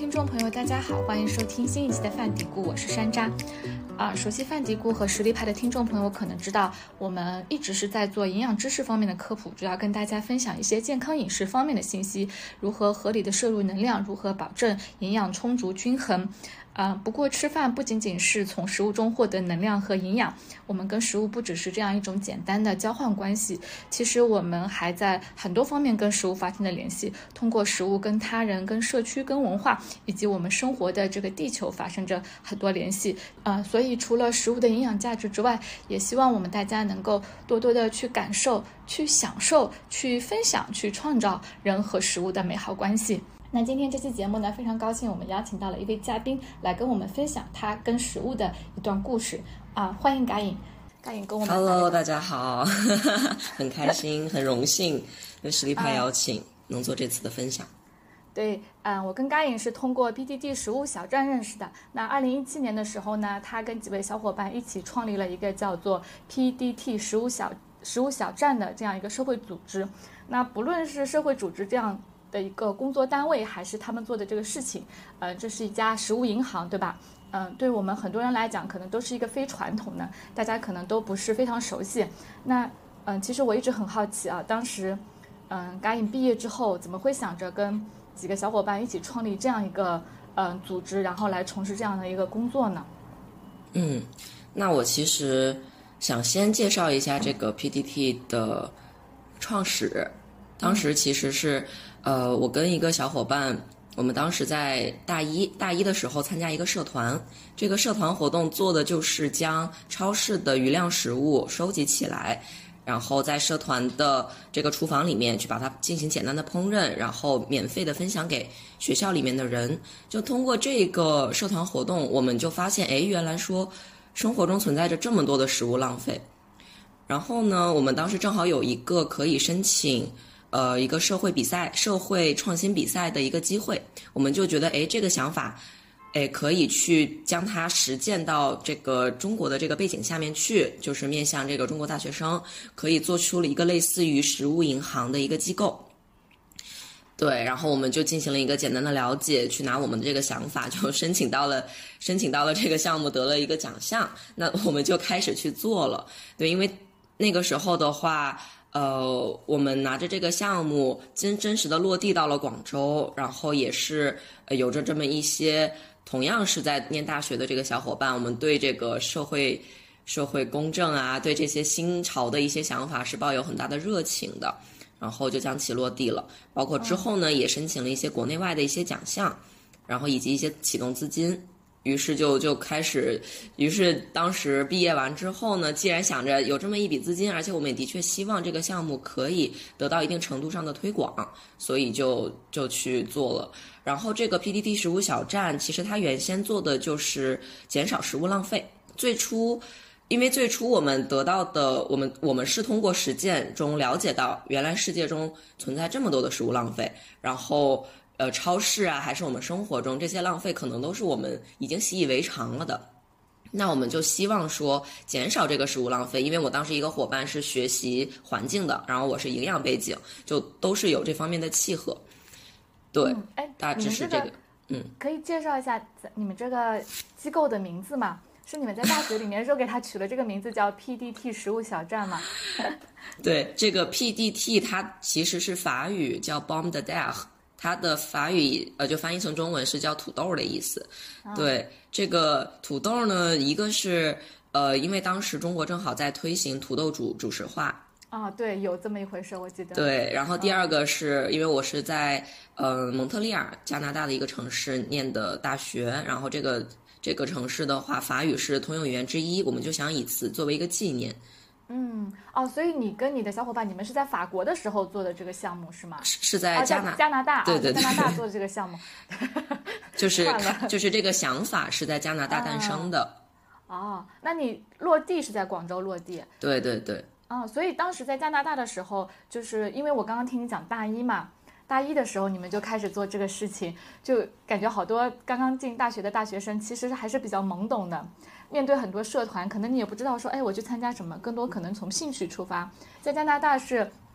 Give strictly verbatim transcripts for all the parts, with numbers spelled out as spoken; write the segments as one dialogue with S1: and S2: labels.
S1: 听众朋友，大家好，欢迎收听新一期的饭嘀咕，我是山楂。啊，熟悉饭嘀咕和实力派的听众朋友可能知道，我们一直是在做营养知识方面的科普，主要跟大家分享一些健康饮食方面的信息，如何合理的摄入能量，如何保证营养充足均衡。啊、呃，不过吃饭不仅仅是从食物中获得能量和营养，我们跟食物不只是这样一种简单的交换关系，其实我们还在很多方面跟食物发生了联系，通过食物跟他人、跟社区、跟文化以及我们生活的这个地球发生着很多联系。呃，所以除了食物的营养价值之外，也希望我们大家能够多多的去感受、去享受、去分享、去创造人和食物的美好关系。那今天这期节目呢，非常高兴我们邀请到了一位嘉宾来跟我们分享他跟食物的一段故事啊，欢迎嘎颖。嘎颖跟我们
S2: Hello， 大家好，很开心，很荣幸被实力派邀请、啊、能做这次的分享。
S1: 对，嗯，我跟嘎颖是通过 P D T 食物小站认识的。那二零一七年的时候呢，他跟几位小伙伴一起创立了一个叫做 P D T 食物小食物小站的这样一个社会组织。那不论是社会组织这样的一个工作单位，还是他们做的这个事情，呃，这是一家食物银行，对吧？嗯、呃，对我们很多人来讲，可能都是一个非传统的，大家可能都不是非常熟悉。那，嗯、呃，其实我一直很好奇啊，当时，嗯、呃，嘎颖毕业之后，怎么会想着跟几个小伙伴一起创立这样一个嗯、呃、组织，然后来从事这样的一个工作呢？
S2: 嗯，那我其实想先介绍一下这个 P D T 的创始。当时其实是，呃，我跟一个小伙伴，我们当时在大一大一的时候参加一个社团，这个社团活动做的就是将超市的余量食物收集起来，然后在社团的这个厨房里面去把它进行简单的烹饪，然后免费的分享给学校里面的人。就通过这个社团活动，我们就发现，哎，原来说生活中存在着这么多的食物浪费。然后呢，我们当时正好有一个可以申请呃，一个社会比赛、社会创新比赛的一个机会，我们就觉得，哎，这个想法，哎，可以去将它实践到这个中国的这个背景下面去，就是面向这个中国大学生，可以做出了一个类似于食物银行的一个机构。对，然后我们就进行了一个简单的了解，去拿我们的这个想法，就申请到了，申请到了这个项目，得了一个奖项。那我们就开始去做了。对，因为那个时候的话，呃，我们拿着这个项目真真实的落地到了广州，然后也是、呃、有着这么一些同样是在念大学的这个小伙伴，我们对这个社会社会公正啊，对这些新潮的一些想法是抱有很大的热情的，然后就将其落地了。包括之后呢，也申请了一些国内外的一些奖项，然后以及一些启动资金。于是就就开始，于是当时毕业完之后呢，既然想着有这么一笔资金，而且我们也的确希望这个项目可以得到一定程度上的推广，所以就就去做了。然后这个 P D T 食物小站，其实它原先做的就是减少食物浪费。最初，因为最初我们得到的，我们我们是通过实践中了解到，原来世界中存在这么多的食物浪费，然后呃，超市啊，还是我们生活中这些浪费，可能都是我们已经习以为常了的。那我们就希望说减少这个食物浪费，因为我当时一个伙伴是学习环境的，然后我是营养背景，就都是有这方面的契合。对，嗯、
S1: 哎，
S2: 大致是这个。嗯，
S1: 可以介绍一下你们这个机构的名字吗？是你们在大学里面的时候给它取了这个名字叫 P D T 食物小站吗？
S2: 对，这个 P D T 它其实是法语叫 Pomme de terre。它的法语呃就翻译成中文是叫土豆的意思。
S1: 哦、
S2: 对，这个土豆呢，一个是呃因为当时中国正好在推行土豆主主食化。
S1: 啊、哦，对，有这么一回事，我记得。
S2: 对，然后第二个是、哦、因为我是在呃蒙特利尔加拿大的一个城市念的大学，然后这个这个城市的话，法语是通用语言之一，我们就想以此作为一个纪念。
S1: 嗯，哦，所以你跟你的小伙伴，你们是在法国的时候做的这个项目是吗？
S2: 是是在加拿、
S1: 哦、加拿大，
S2: 对对对，
S1: 加拿大做的这个项目，
S2: 就是就是这个想法是在加拿大诞生的。
S1: 哦，哦，那你落地是在广州落地？
S2: 对对对。
S1: 哦，所以当时在加拿大的时候，就是因为我刚刚听你讲大一嘛，大一的时候你们就开始做这个事情，就感觉好多刚刚进大学的大学生其实还是比较懵懂的。面对很多社团，可能你也不知道说，哎，我去参加什么，更多可能从兴趣出发。在加拿大是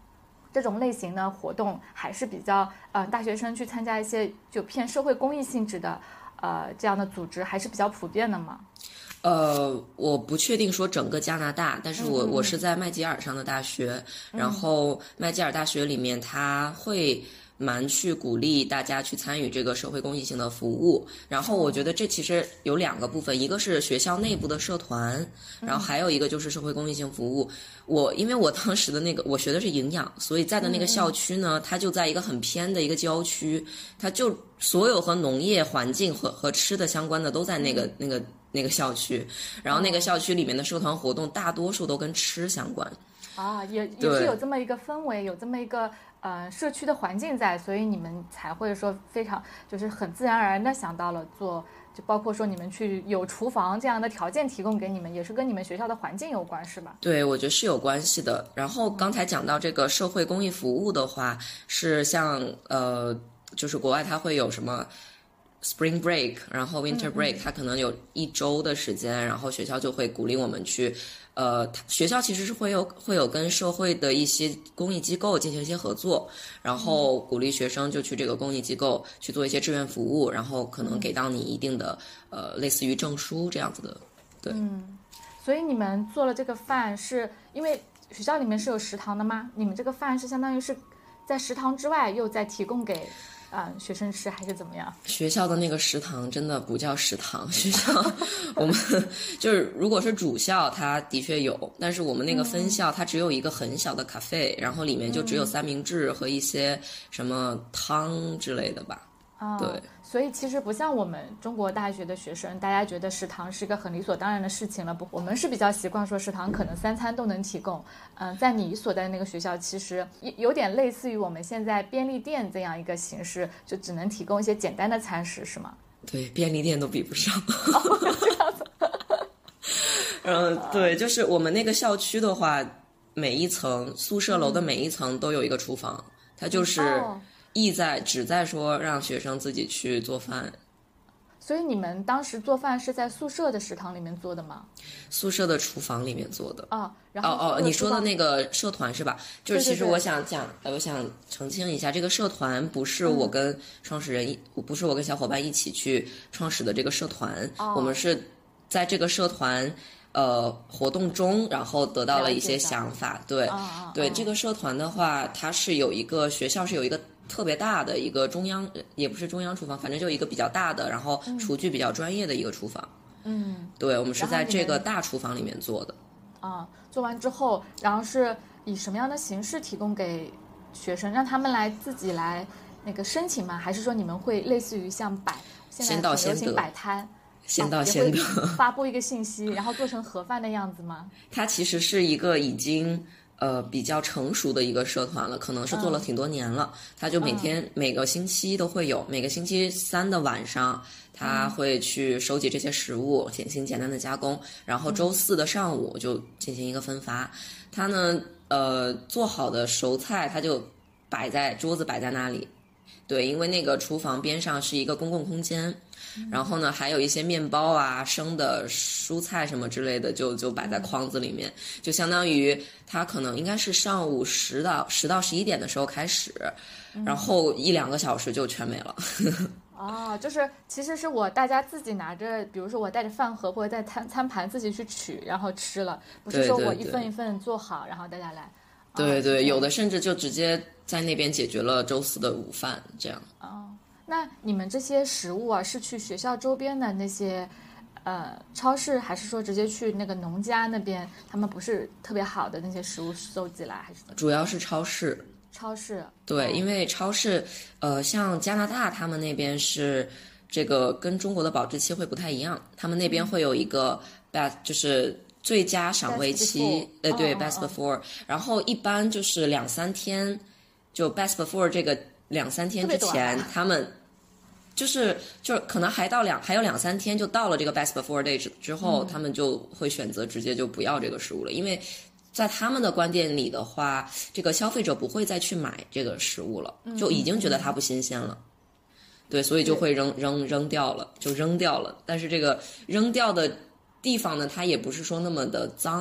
S1: 这种类型的活动还是比较呃大学生去参加一些就偏社会公益性质的呃这样的组织还是比较普遍的吗？
S2: 呃，我不确定说整个加拿大，但是我、
S1: 嗯嗯
S2: 我是在麦吉尔上的大学，然后麦吉尔大学里面它会蛮去鼓励大家去参与这个社会公益性的服务，然后我觉得这其实有两个部分，一个是学校内部的社团，然后还有一个就是社会公益性服务。我因为我当时的那个我学的是营养，所以在的那个校区呢，它就在一个很偏的一个郊区，它就所有和农业环境和和吃的相关的都在那个那个那个校区，然后那个校区里面的社团活动大多数都跟吃相关。
S1: 啊，也也是有这么一个氛围，有这么一个呃社区的环境在，所以你们才会说非常就是很自然而然的想到了做，就包括说你们去有厨房这样的条件提供给你们，也是跟你们学校的环境有关，是吧？
S2: 对，我觉得是有关系的。然后刚才讲到这个社会公益服务的话，是像呃，就是国外它会有什么Spring Break， 然后 Winter Break，、嗯、它可能有一周的时间，然后学校就会鼓励我们去。呃，学校其实是会有会有跟社会的一些公益机构进行一些合作，然后鼓励学生就去这个公益机构去做一些志愿服务，然后可能给到你一定的呃类似于证书这样子的。对，
S1: 嗯，所以你们做了这个饭是因为学校里面是有食堂的吗？你们这个饭是相当于是在食堂之外又再提供给嗯，学生吃还是怎么样？
S2: 学校的那个食堂真的不叫食堂，学校我们就是如果是主校，它的确有，但是我们那个分校它只有一个很小的咖啡，然后里面就只有三明治和一些什么汤之类的吧。
S1: 哦、
S2: 对，
S1: 所以其实不像我们中国大学的学生，大家觉得食堂是一个很理所当然的事情了。不，我们是比较习惯说食堂可能三餐都能提供。嗯，在你所在的那个学校，其实有点类似于我们现在便利店这样一个形式，就只能提供一些简单的餐食，是吗？
S2: 对，便利店都比不上。
S1: 哦，这样子。
S2: 嗯，对，就是我们那个校区的话，每一层宿舍楼的每一层都有一个厨房，嗯、它就是。哦，意在只在说让学生自己去做饭。
S1: 所以你们当时做饭是在宿舍的食堂里面做的吗？
S2: 宿舍的厨房里面做的。
S1: 哦，然后
S2: 哦哦，你说的那个社团是吧？就是其实我想讲，
S1: 对对对，
S2: 我想澄清一下，这个社团不是我跟创始人，嗯、不是我跟小伙伴一起去创始的这个社团，
S1: 哦、
S2: 我们是在这个社团。呃，活动中，然后得到了一些想法。对，
S1: 哦、
S2: 对、
S1: 哦，
S2: 这个社团的话，它是有一个学校是有一个特别大的一个中央，也不是中央厨房，反正就一个比较大的，然后厨具比较专业的一个厨房。
S1: 嗯，
S2: 对，我们是在这个大厨房里面做的。
S1: 啊，做完之后，然后是以什么样的形式提供给学生，让他们来自己来那个申请吗？还是说你们会类似于像摆现在很流行摆摊？
S2: 先到先得，
S1: 啊、发布一个信息，然后做成盒饭的样子吗？
S2: 它其实是一个已经呃比较成熟的一个社团了，可能是做了挺多年了。嗯、它就每天、嗯、每个星期都会有，每个星期三的晚上，他会去收集这些食物，进行简单的加工，然后周四的上午就进行一个分发。他呢，呃，做好的熟菜，他就摆在桌子摆在那里。对，因为那个厨房边上是一个公共空间。然后呢，还有一些面包啊、生的蔬菜什么之类的，就就摆在筐子里面，就相当于它可能应该是上午十到十到十一点的时候开始，然后一两个小时就全没了。
S1: 哦，就是其实是我大家自己拿着，比如说我带着饭盒或者带餐餐盘自己去取，然后吃了，不是说我一份一份做好，然后大家来。
S2: 对对，有的甚至就直接在那边解决了周四的午饭，这样。
S1: 哦。那你们这些食物啊，是去学校周边的那些呃超市，还是说直接去那个农家那边，他们不是特别好的那些食物收集来，还是？
S2: 主要是超市。
S1: 超市。
S2: 对，
S1: 哦、
S2: 因为超市，呃，像加拿大他们那边是这个跟中国的保质期会不太一样，他们那边会有一个 best、嗯、就是最佳赏味期，呃，对、
S1: 哦、
S2: best before，、
S1: 哦、
S2: 然后一般就是两三天，就 best before 这个两三天之前，他们。就是就是可能还到两还有两三天就到了这个 best before day 之后、嗯，他们就会选择直接就不要这个食物了，因为在他们的观点里的话，这个消费者不会再去买这个食物了，就已经觉得它不新鲜了，嗯、对，所以就会扔扔扔掉了，就扔掉了。但是这个扔掉的地方呢，它也不是说那么的脏，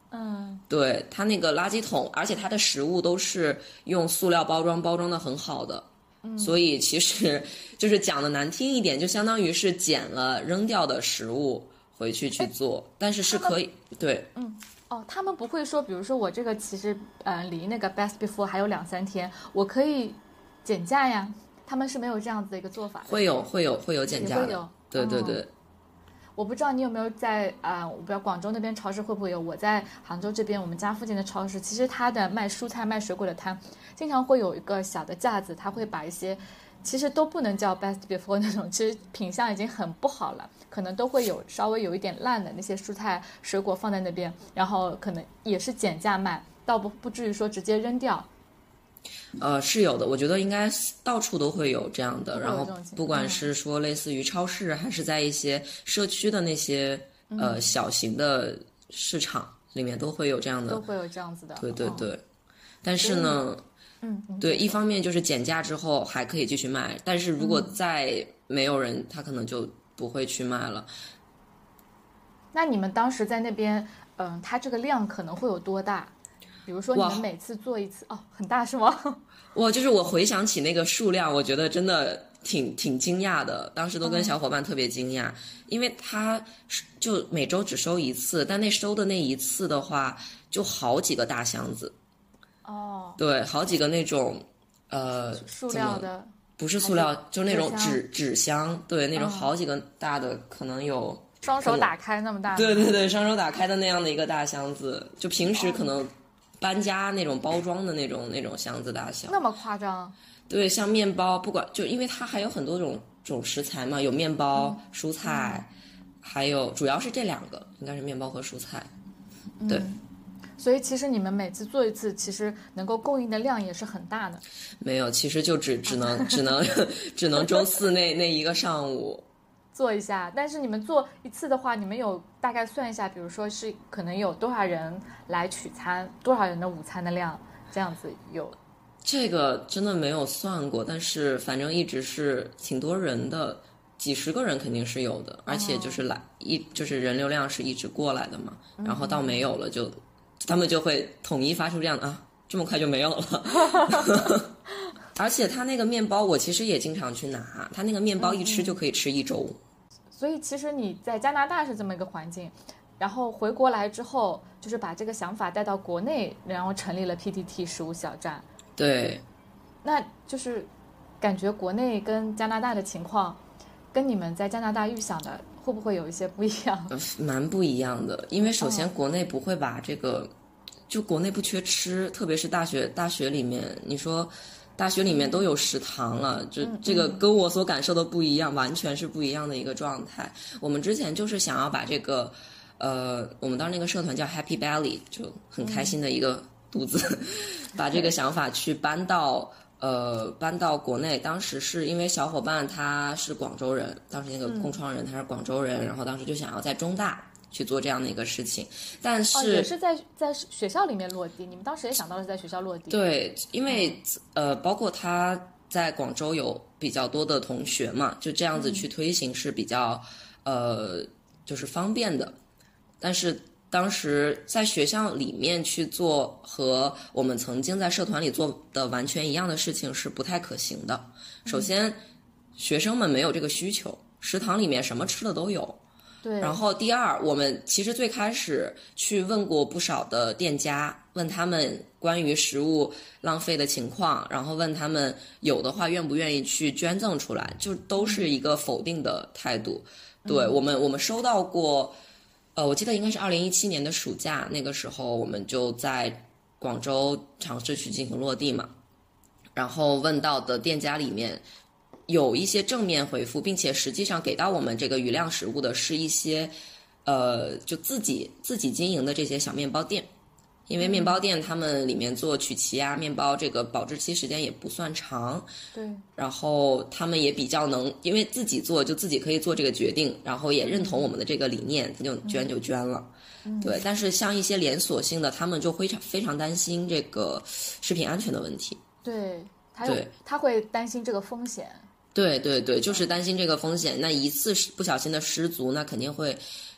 S1: 嗯，
S2: 对，它那个垃圾桶，而且它的食物都是用塑料包装，包装的很好的。嗯，所以其实就是讲的难听一点，就相当于是捡了扔掉的食物回去去做，但是是可以对，
S1: 嗯。哦，他们不会说，比如说我这个其实呃离那个 best before 还有两三天，我可以减价呀。他们是没有这样子的一个做法的。
S2: 会有会有会有减价的，
S1: 会有
S2: 对对对。
S1: 哦，我不知道你有没有在啊、呃，我不知道广州那边超市会不会有。我在杭州这边，我们家附近的超市，其实它的卖蔬菜、卖水果的摊，经常会有一个小的架子，它会把一些其实都不能叫 best before 那种，其实品相已经很不好了，可能都会有稍微有一点烂的那些蔬菜水果放在那边，然后可能也是减价卖，倒不不至于说直接扔掉。
S2: 呃，是有的，我觉得应该到处都会有这样的。然后不管是
S1: 嗯
S2: 说类似于超市，还是在一些社区的那些呃小型的市场里面，都会有这样的，
S1: 都会有这样子的。
S2: 对对对。
S1: 哦，
S2: 但是呢，
S1: 嗯，
S2: 对，一方面就是减价之后还可以继续卖，但是如果再没有人，他可能就不会去卖了。
S1: 那你们当时在那边，嗯，它这个量可能会有多大？比如说你们每次做一次，哦，很大是吗？
S2: 哇，就是我回想起那个数量，我觉得真的挺挺惊讶的。当时都跟小伙伴特别惊讶，嗯、因为他就每周只收一次，但那收的那一次的话，就好几个大箱子。
S1: 哦，
S2: 对，好几个那种呃
S1: 塑料的，
S2: 不是塑料，就是那种纸
S1: 纸
S2: 纸箱，对，那种好几个大的，嗯、可能有
S1: 双手打开那么大。
S2: 对对对，双手打开的那样的一个大箱子，就平时可能。搬家那种包装的那种那种箱子大小，
S1: 那么夸张？
S2: 对，像面包，不管就因为它还有很多种种食材嘛，有面包、
S1: 嗯、
S2: 蔬菜，嗯、还有主要是这两个，应该是面包和蔬菜。对、
S1: 嗯，所以其实你们每次做一次，其实能够供应的量也是很大的。
S2: 没有，其实就只只能只能只能周四那那一个上午。
S1: 做一下，但是你们做一次的话，你们有大概算一下，比如说是可能有多少人来取餐，多少人的午餐的量，这样子有？
S2: 这个真的没有算过，但是反正一直是挺多人的，几十个人肯定是有的，而且就是来、哦、一就是人流量是一直过来的嘛，然后到没有了就，嗯、他们就会统一发出这样的啊，这么快就没有了。而且他那个面包，我其实也经常去拿，他那个面包一吃就可以吃一周。嗯
S1: 所以其实你在加拿大是这么一个环境，然后回国来之后，就是把这个想法带到国内，然后成立了 P T T 食物小站。
S2: 对，
S1: 那就是感觉国内跟加拿大的情况，跟你们在加拿大预想的会不会有一些不一样？
S2: 呃、蛮不一样的，因为首先国内不会把这个，哦、就国内不缺吃，特别是大学大学里面，你说。大学里面都有食堂了，就这个跟我所感受的不一样，完全是不一样的一个状态。我们之前就是想要把这个，呃，我们当时那个社团叫 Happy Belly， 就很开心的一个肚子，嗯、把这个想法去搬到呃搬到国内。当时是因为小伙伴他是广州人，当时那个共创人他是广州人，嗯、然后当时就想要在中大去做这样的一个事情，但是、
S1: 哦、也是在在学校里面落地。你们当时也想到了在学校落地？
S2: 对，因为、嗯、呃，包括他在广州有比较多的同学嘛，就这样子去推行是比较、嗯、呃就是方便的。但是当时在学校里面去做和我们曾经在社团里做的完全一样的事情是不太可行的。首先，嗯、学生们没有这个需求，食堂里面什么吃的都有。
S1: 对，
S2: 然后第二，我们其实最开始去问过不少的店家，问他们关于食物浪费的情况，然后问他们有的话愿不愿意去捐赠出来，就都是一个否定的态度。嗯、对我们，我们收到过，呃，我记得应该是二零一七年的暑假，那个时候我们就在广州尝试去进行落地嘛，然后问到的店家里面。有一些正面回复，并且实际上给到我们这个余量食物的是一些，呃，就自己自己经营的这些小面包店，因为面包店他们里面做曲奇啊，面包这个保质期时间也不算长，
S1: 对，
S2: 然后他们也比较能，因为自己做就自己可以做这个决定，然后也认同我们的这个理念，他就捐就捐了，
S1: 嗯、
S2: 对。但是像一些连锁性的，他们就非常非常担心这个食品安全的问题，
S1: 对，他有他会担心这个风险。
S2: 对对对，就是担心这个风险。那一次不小心的失足，那肯定会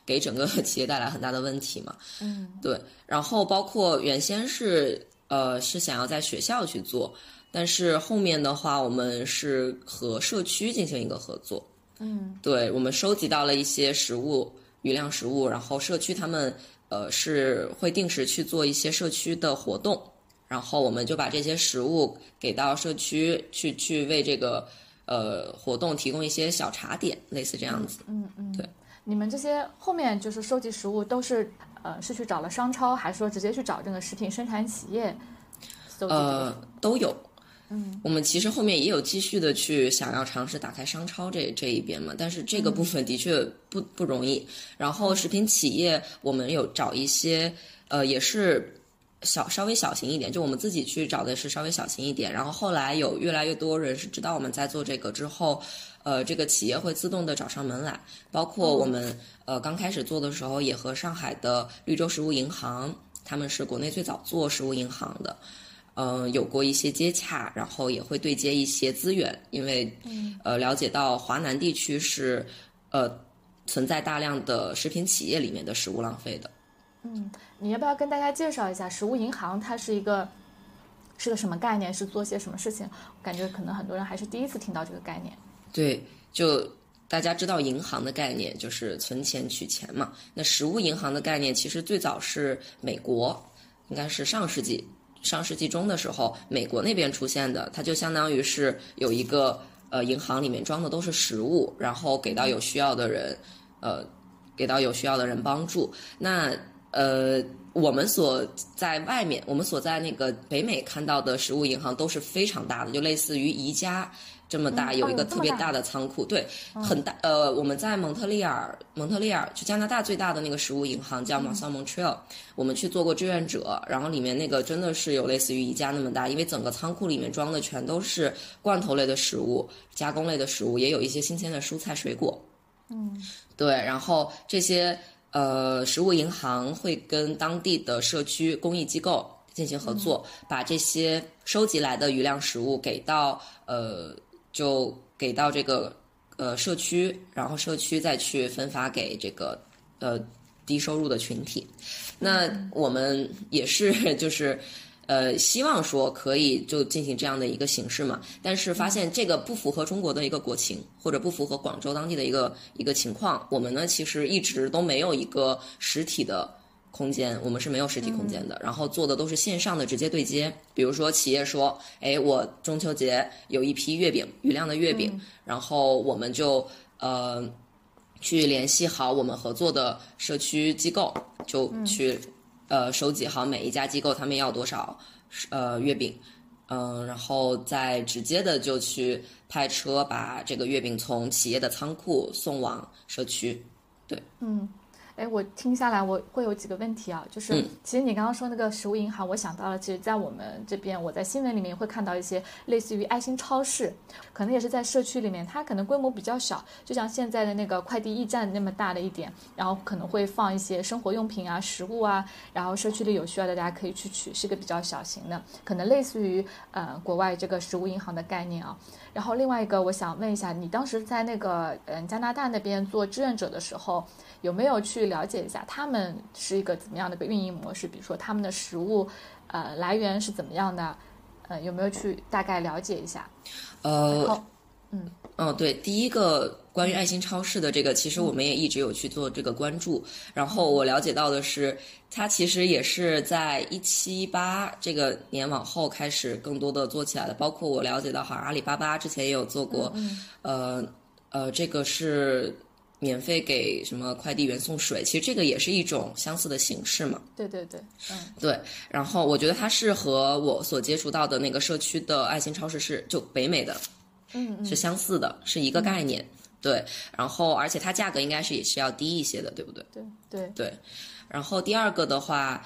S2: 给整个企业带来很大的问题嘛。
S1: 嗯，
S2: 对。然后包括原先是呃是想要在学校去做，但是后面的话我们是和社区进行一个合作。
S1: 嗯，
S2: 对，我们收集到了一些食物余量食物，然后社区他们呃是会定时去做一些社区的活动，然后我们就把这些食物给到社区去去为这个呃活动提供一些小茶点，类似这样子。
S1: 嗯嗯，
S2: 对。
S1: 你们这些后面就是收集食物都是呃是去找了商超，还是说直接去找这个食品生产企业搜集？
S2: 呃，都有。
S1: 嗯，
S2: 我们其实后面也有继续的去想要尝试打开商超这这一边嘛，但是这个部分的确不不容易。然后食品企业我们有找一些呃也是小稍微小型一点，就我们自己去找的是稍微小型一点。然后后来有越来越多人是知道我们在做这个之后，呃，这个企业会自动的找上门来。包括我们呃刚开始做的时候，也和上海的绿洲食物银行，他们是国内最早做食物银行的。呃，有过一些接洽，然后也会对接一些资源，因为呃了解到华南地区是呃存在大量的食品企业里面的食物浪费的。
S1: 嗯，你要不要跟大家介绍一下食物银行它是一个是个什么概念，是做些什么事情？我感觉可能很多人还是第一次听到这个概念。
S2: 对，就大家知道银行的概念就是存钱取钱嘛，那食物银行的概念其实最早是美国，应该是上世纪上世纪中的时候，美国那边出现的，它就相当于是有一个呃银行里面装的都是食物，然后给到有需要的人，呃，给到有需要的人帮助。那呃，我们所在外面，我们所在那个北美看到的食物银行都是非常大的，就类似于宜家这么大，有一个特别大的仓库，对，很大。呃，我们在蒙特利尔，蒙特利尔就加拿大最大的那个食物银行叫 Monson Montreal，我们去做过志愿者，然后里面那个真的是有类似于宜家那么大，因为整个仓库里面装的全都是罐头类的食物、加工类的食物，也有一些新鲜的蔬菜水果。
S1: 嗯，
S2: 对，然后这些呃食物银行会跟当地的社区公益机构进行合作，嗯、把这些收集来的余量食物给到呃。就给到这个呃社区，然后社区再去分发给这个呃低收入的群体。那我们也是就是呃希望说可以就进行这样的一个形式嘛，但是发现这个不符合中国的一个国情，或者不符合广州当地的一个一个情况。我们呢其实一直都没有一个实体的空间，我们是没有实体空间的，然后做的都是线上的直接对接。比如说企业说，哎，我中秋节有一批月饼，余量的月饼，嗯、然后我们就呃去联系好我们合作的社区机构，就去、嗯、呃收集好每一家机构他们要多少呃月饼，嗯、呃，然后再直接的就去派车把这个月饼从企业的仓库送往社区。对，
S1: 嗯。哎，我听下来我会有几个问题啊，就是其实你刚刚说那个食物银行，我想到了，其实在我们这边，我在新闻里面会看到一些类似于爱心超市，可能也是在社区里面，它可能规模比较小，就像现在的那个快递驿站那么大的一点，然后可能会放一些生活用品啊、食物啊，然后社区里有需要的大家可以去取，是个比较小型的，可能类似于呃国外这个食物银行的概念啊。然后另外一个我想问一下，你当时在那个嗯加拿大那边做志愿者的时候，有没有去了解一下他们是一个怎么样的一个运营模式？比如说他们的食物呃来源是怎么样的？呃，有没有去大概了解一下？
S2: 呃，
S1: 嗯，
S2: 哦，对，第一个关于爱心超市的这个，其实我们也一直有去做这个关注。然后我了解到的是，它其实也是在一七八这个年往后开始更多的做起来的。包括我了解到，好像阿里巴巴之前也有做过，
S1: 嗯
S2: 呃呃，这个是免费给什么快递员送水，其实这个也是一种相似的形式嘛。
S1: 对对对，嗯，
S2: 对。然后我觉得它是和我所接触到的那个社区的爱心超市是就北美的。
S1: 嗯嗯，
S2: 是相似的，是一个概念，嗯、对。然后，而且它价格应该是也是要低一些的，对不对？
S1: 对对
S2: 对。然后第二个的话，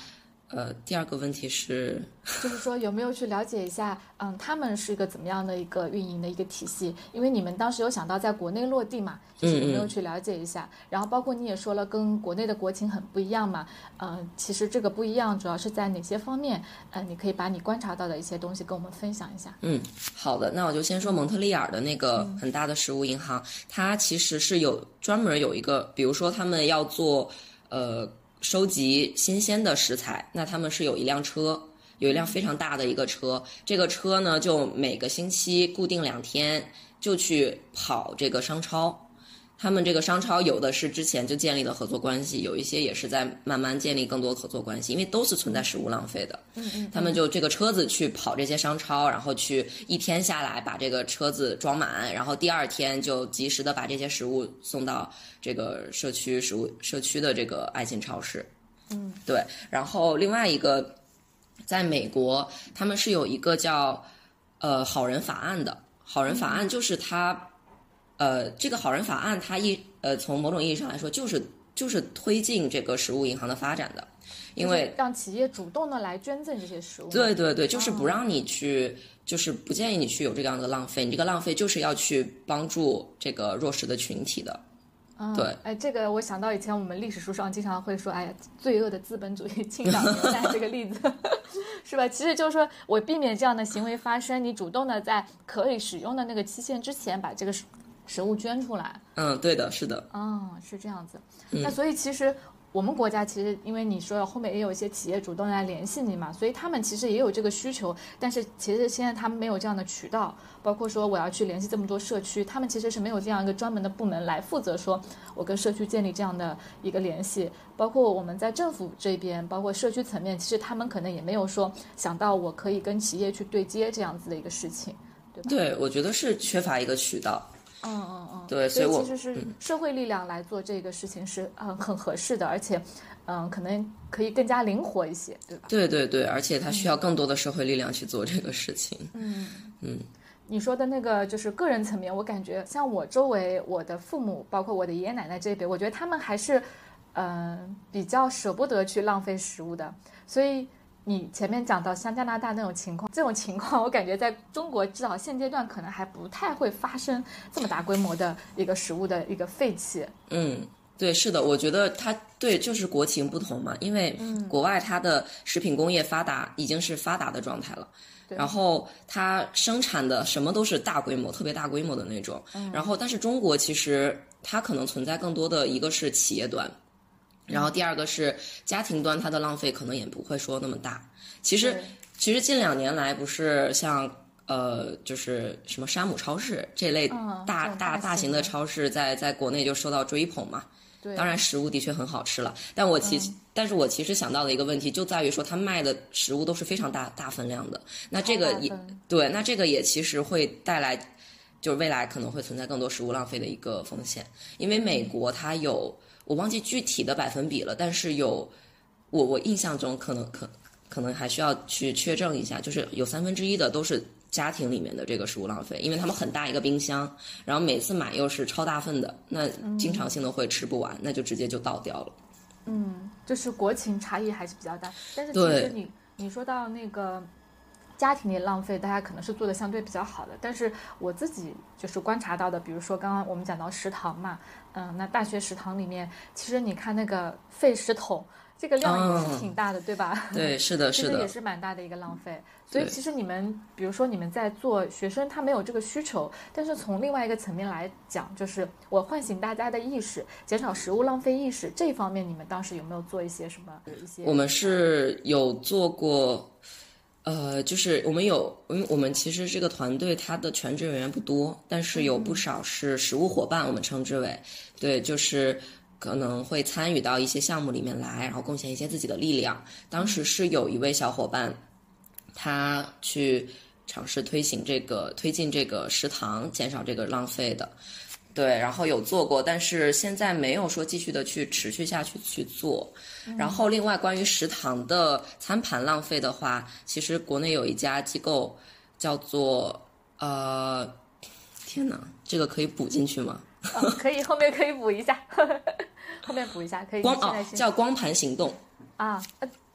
S2: 呃，第二个问题是，
S1: 就是说有没有去了解一下，嗯，他们是一个怎么样的一个运营的一个体系？因为你们当时有想到在国内落地嘛，就是有没有去了解一下？嗯嗯然后包括你也说了，跟国内的国情很不一样嘛，嗯，其实这个不一样主要是在哪些方面？嗯，你可以把你观察到的一些东西跟我们分享一下。
S2: 嗯，好的，那我就先说蒙特利尔的那个很大的食物银行，嗯、它其实是有专门有一个，比如说他们要做呃。收集新鲜的食材，那他们是有一辆车，有一辆非常大的一个车，这个车呢就每个星期固定两天就去跑这个商超，他们这个商超有的是之前就建立了合作关系，有一些也是在慢慢建立更多合作关系，因为都是存在食物浪费的。
S1: 嗯嗯，
S2: 他们就这个车子去跑这些商超，然后去一天下来把这个车子装满，然后第二天就及时的把这些食物送到这个社区食物社区的这个爱心超市。
S1: 嗯，
S2: 对。然后另外一个，在美国他们是有一个叫呃好人法案的，好人法案就是它。呃，这个好人法案它一呃从某种意义上来说，就是就是推进这个食物银行的发展的，因为、
S1: 就是、让企业主动的来捐赠这些食物。
S2: 对对对，就是不让你去，哦、就是不建议你去有这样的浪费，你这个浪费就是要去帮助这个弱势的群体的。
S1: 嗯、
S2: 对，
S1: 哎，这个我想到以前我们历史书上经常会说，哎呀，罪恶的资本主义倾倒年代这个例子，是吧？其实就是说我避免这样的行为发生，你主动的在可以使用的那个期限之前把这个食物捐出来。
S2: 嗯，对的，是的。
S1: 哦，是这样子。
S2: 嗯、
S1: 那所以其实我们国家其实因为你说了后面也有一些企业主动来联系你嘛，所以他们其实也有这个需求，但是其实现在他们没有这样的渠道，包括说我要去联系这么多社区，他们其实是没有这样一个专门的部门来负责说我跟社区建立这样的一个联系，包括我们在政府这边，包括社区层面，其实他们可能也没有说想到我可以跟企业去对接这样子的一个事情，对吧？
S2: 对，我觉得是缺乏一个渠道。
S1: 嗯嗯嗯，
S2: 对，
S1: 所
S2: 以我
S1: 其实是社会力量来做这个事情是嗯很合适的，而且嗯可能可以更加灵活一些，对吧？
S2: 对对对，而且它需要更多的社会力量去做这个事情。
S1: 嗯
S2: 嗯，
S1: 你说的那个就是个人层面，我感觉像我周围我的父母，包括我的爷爷奶奶这一辈，我觉得他们还是嗯、呃、比较舍不得去浪费食物的，所以。你前面讲到像加拿大那种情况，这种情况我感觉在中国至少现阶段可能还不太会发生这么大规模的一个食物的一个废弃。
S2: 嗯，对，是的，我觉得它对就是国情不同嘛，因为国外它的食品工业发达已经是发达的状态了，然后它生产的什么都是大规模，特别大规模的那种。嗯、然后但是中国其实它可能存在更多的一个是企业端。然后第二个是家庭端，它的浪费可能也不会说那么大。其实，其实近两年来不是像呃，就是什么山姆超市这类大、
S1: 嗯、
S2: 大大大型的超市在在国内就受到追捧嘛。
S1: 对，
S2: 当然食物的确很好吃了，但我其实、嗯、但是我其实想到的一个问题就在于说，他卖的食物都是非常大大分量的，那这个也对，那这个也其实会带来。就是未来可能会存在更多食物浪费的一个风险，因为美国它有我忘记具体的百分比了，但是有我我印象中可能可可能还需要去确证一下，就是有三分之一的都是家庭里面的这个食物浪费，因为他们很大一个冰箱，然后每次买又是超大份的，那经常性的会吃不完，那就直接就倒掉了。
S1: 嗯，就是国情差异还是比较大，但是其实你你说到那个。家庭里浪费大家可能是做的相对比较好的，但是我自己就是观察到的，比如说刚刚我们讲到食堂嘛，嗯，那大学食堂里面其实你看那个废食桶这个量也是挺大的、哦、对吧？
S2: 对，是的是的，
S1: 这个也是蛮大的一个浪费。所以其实你们比如说你们在做学生他没有这个需求，但是从另外一个层面来讲，就是我唤醒大家的意识，减少食物浪费意识，这方面你们当时有没有做一些什么一些？
S2: 我们是有做过呃，就是我们有，因为我们其实这个团队它的全职人员不多，但是有不少是实务伙伴，我们称之为，对，就是可能会参与到一些项目里面来，然后贡献一些自己的力量。当时是有一位小伙伴，他去尝试推行这个推进这个食堂，减少这个浪费的。对，然后有做过，但是现在没有说继续的去持续下去去做。然后另外关于食堂的餐盘浪费的话，其实国内有一家机构叫做呃，天哪，这个可以补进去吗？
S1: 哦、可以，后面可以补一下，后面补一下可以。
S2: 光哦，叫光盘行动
S1: 啊，呃，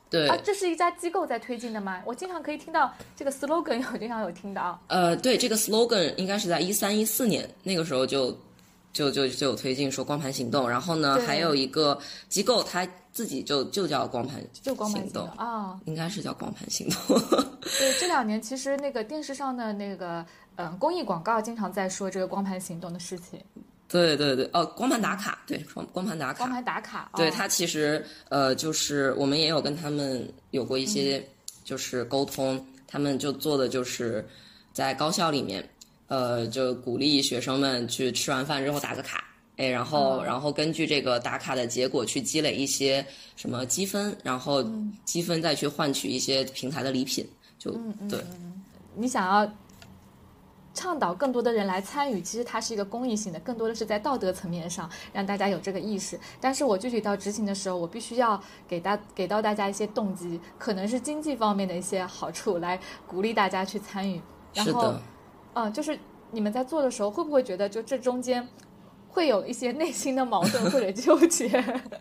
S2: 对
S1: 啊，这是一家机构在推进的吗？我经常可以听到这个 slogan， 我经常有听到。
S2: 呃，对，这个 slogan 应该是在一三一四年那个时候就就就就有推进说光盘行动，然后呢，还有一个机构它自己就就叫光盘
S1: 就光盘
S2: 行动
S1: 啊、哦，
S2: 应该是叫光盘行动。
S1: 对，这两年其实那个电视上的那个嗯、呃、公益广告经常在说这个光盘行动的事情。
S2: 对对对，哦，光盘打卡，对，光光盘打卡，
S1: 光盘打卡，
S2: 对，
S1: 哦、
S2: 它其实呃，就是我们也有跟他们有过一些就是沟通，嗯、他们就做的就是在高校里面，呃，就鼓励学生们去吃完饭之后打个卡，哎，然后、嗯、然后根据这个打卡的结果去积累一些什么积分，然后积分再去换取一些平台的礼品，就、
S1: 嗯嗯、
S2: 对。
S1: 你想要倡导更多的人来参与，其实它是一个公益性的，更多的是在道德层面上让大家有这个意识。但是我具体到执行的时候，我必须要给大给到大家一些动机，可能是经济方面的一些好处，来鼓励大家去参与。然后，
S2: 是的，
S1: 嗯，就是你们在做的时候，会不会觉得就这中间会有一些内心的矛盾或者纠结？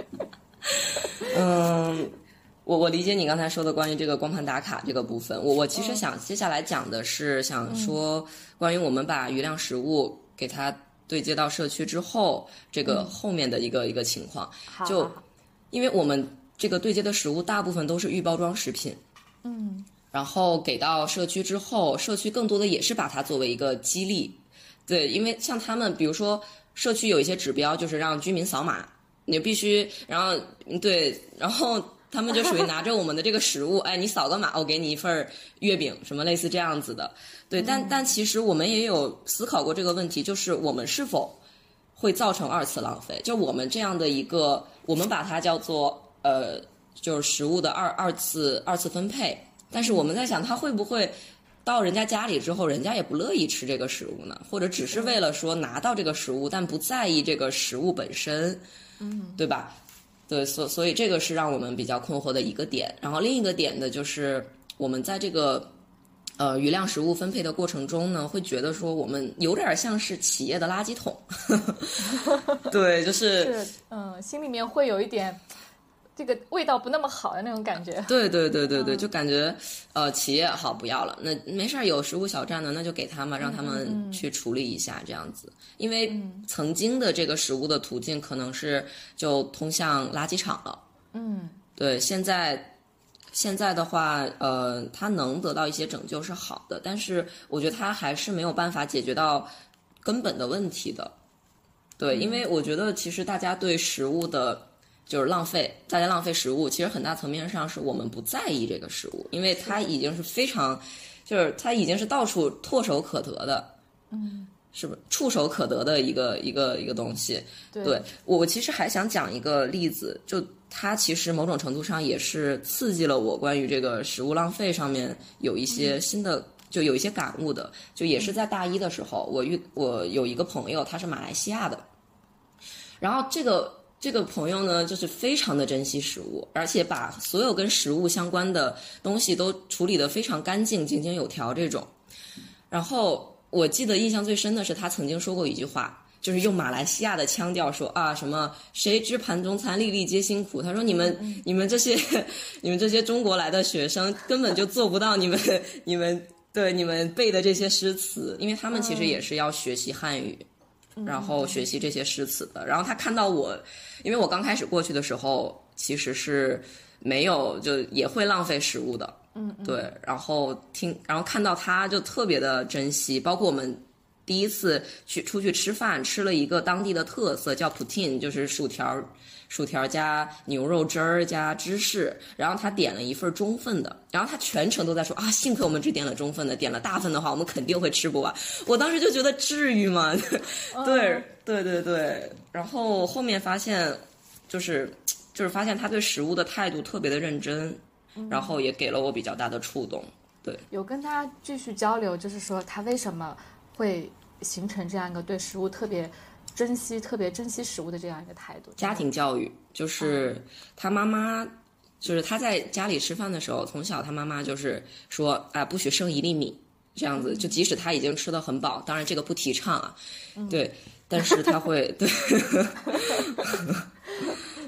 S2: 嗯。我我理解你刚才说的关于这个光盘打卡这个部分，我我其实想接下来讲的是想说关于我们把余量食物给它对接到社区之后，这个后面的一个、嗯、一个情况。就因为我们这个对接的食物大部分都是预包装食品，
S1: 嗯，
S2: 然后给到社区之后，社区更多的也是把它作为一个激励，对，因为像他们比如说社区有一些指标，就是让居民扫码，你必须，然后对，然后。他们就属于拿着我们的这个食物，哎，你扫个码，我给你一份月饼，什么类似这样子的，对，但但其实我们也有思考过这个问题，就是我们是否会造成二次浪费？就我们这样的一个，我们把它叫做呃，就是食物的二二次二次分配，但是我们在想，它会不会到人家家里之后，人家也不乐意吃这个食物呢？或者只是为了说拿到这个食物，但不在意这个食物本身，
S1: 嗯，
S2: 对吧？对，所所以这个是让我们比较困惑的一个点。然后另一个点的就是我们在这个呃余量食物分配的过程中呢，会觉得说我们有点像是企业的垃圾桶。对，就是
S1: 是嗯，心里面会有一点这个味道不那么好的那种感觉。
S2: 对对对对对，嗯、就感觉呃企业好不要了，那没事，有食物小站的那就给他们，让他们去处理一下这样子。因为曾经的这个食物的途径可能是就通向垃圾场了。
S1: 嗯，
S2: 对，现在现在的话，呃，它能得到一些拯救是好的，但是我觉得它还是没有办法解决到根本的问题的。对，因为我觉得其实大家对食物的。就是浪费，大家浪费食物，其实很大层面上是我们不在意这个食物，因为它已经是非常，就是它已经是到处唾手可得的，
S1: 嗯，
S2: 是不是触手可得的一个一个一个东西？
S1: 对，
S2: 对，我其实还想讲一个例子，就它其实某种程度上也是刺激了我关于这个食物浪费上面有一些新的，嗯、就有一些感悟的，就也是在大一的时候，我遇我有一个朋友，他是马来西亚的，然后这个。这个朋友呢，就是非常的珍惜食物，而且把所有跟食物相关的东西都处理得非常干净、井井有条这种。然后我记得印象最深的是，他曾经说过一句话，就是用马来西亚的腔调说啊，什么谁知盘中餐，粒粒皆辛苦。他说你们、嗯、你们这些你们这些中国来的学生根本就做不到你们你们对你们背的这些诗词，因为他们其实也是要学习汉语。嗯然后学习这些诗词的，然后他看到我，因为我刚开始过去的时候，其实是没有就也会浪费食物的，
S1: 嗯，
S2: 对，然后听，然后看到他就特别的珍惜，包括我们第一次去出去吃饭，吃了一个当地的特色叫 poutine， 就是薯条。薯条加牛肉汁儿加芝士，然后他点了一份中份的，然后他全程都在说啊，幸亏我们只点了中份的，点了大份的话，我们肯定会吃不完。我当时就觉得至于吗？对对对对，然后后面发现，就是就是发现他对食物的态度特别的认真，然后也给了我比较大的触动。对，
S1: 有跟他继续交流，就是说他为什么会形成这样一个对食物特别。珍惜特别珍惜食物的这样一个态度。
S2: 家庭教育就是他妈妈，就是他在家里吃饭的时候，从小他妈妈就是说啊、呃，不许剩一粒米这样子，就即使他已经吃得很饱，当然这个不提倡啊，
S1: 嗯、
S2: 对，但是他会对，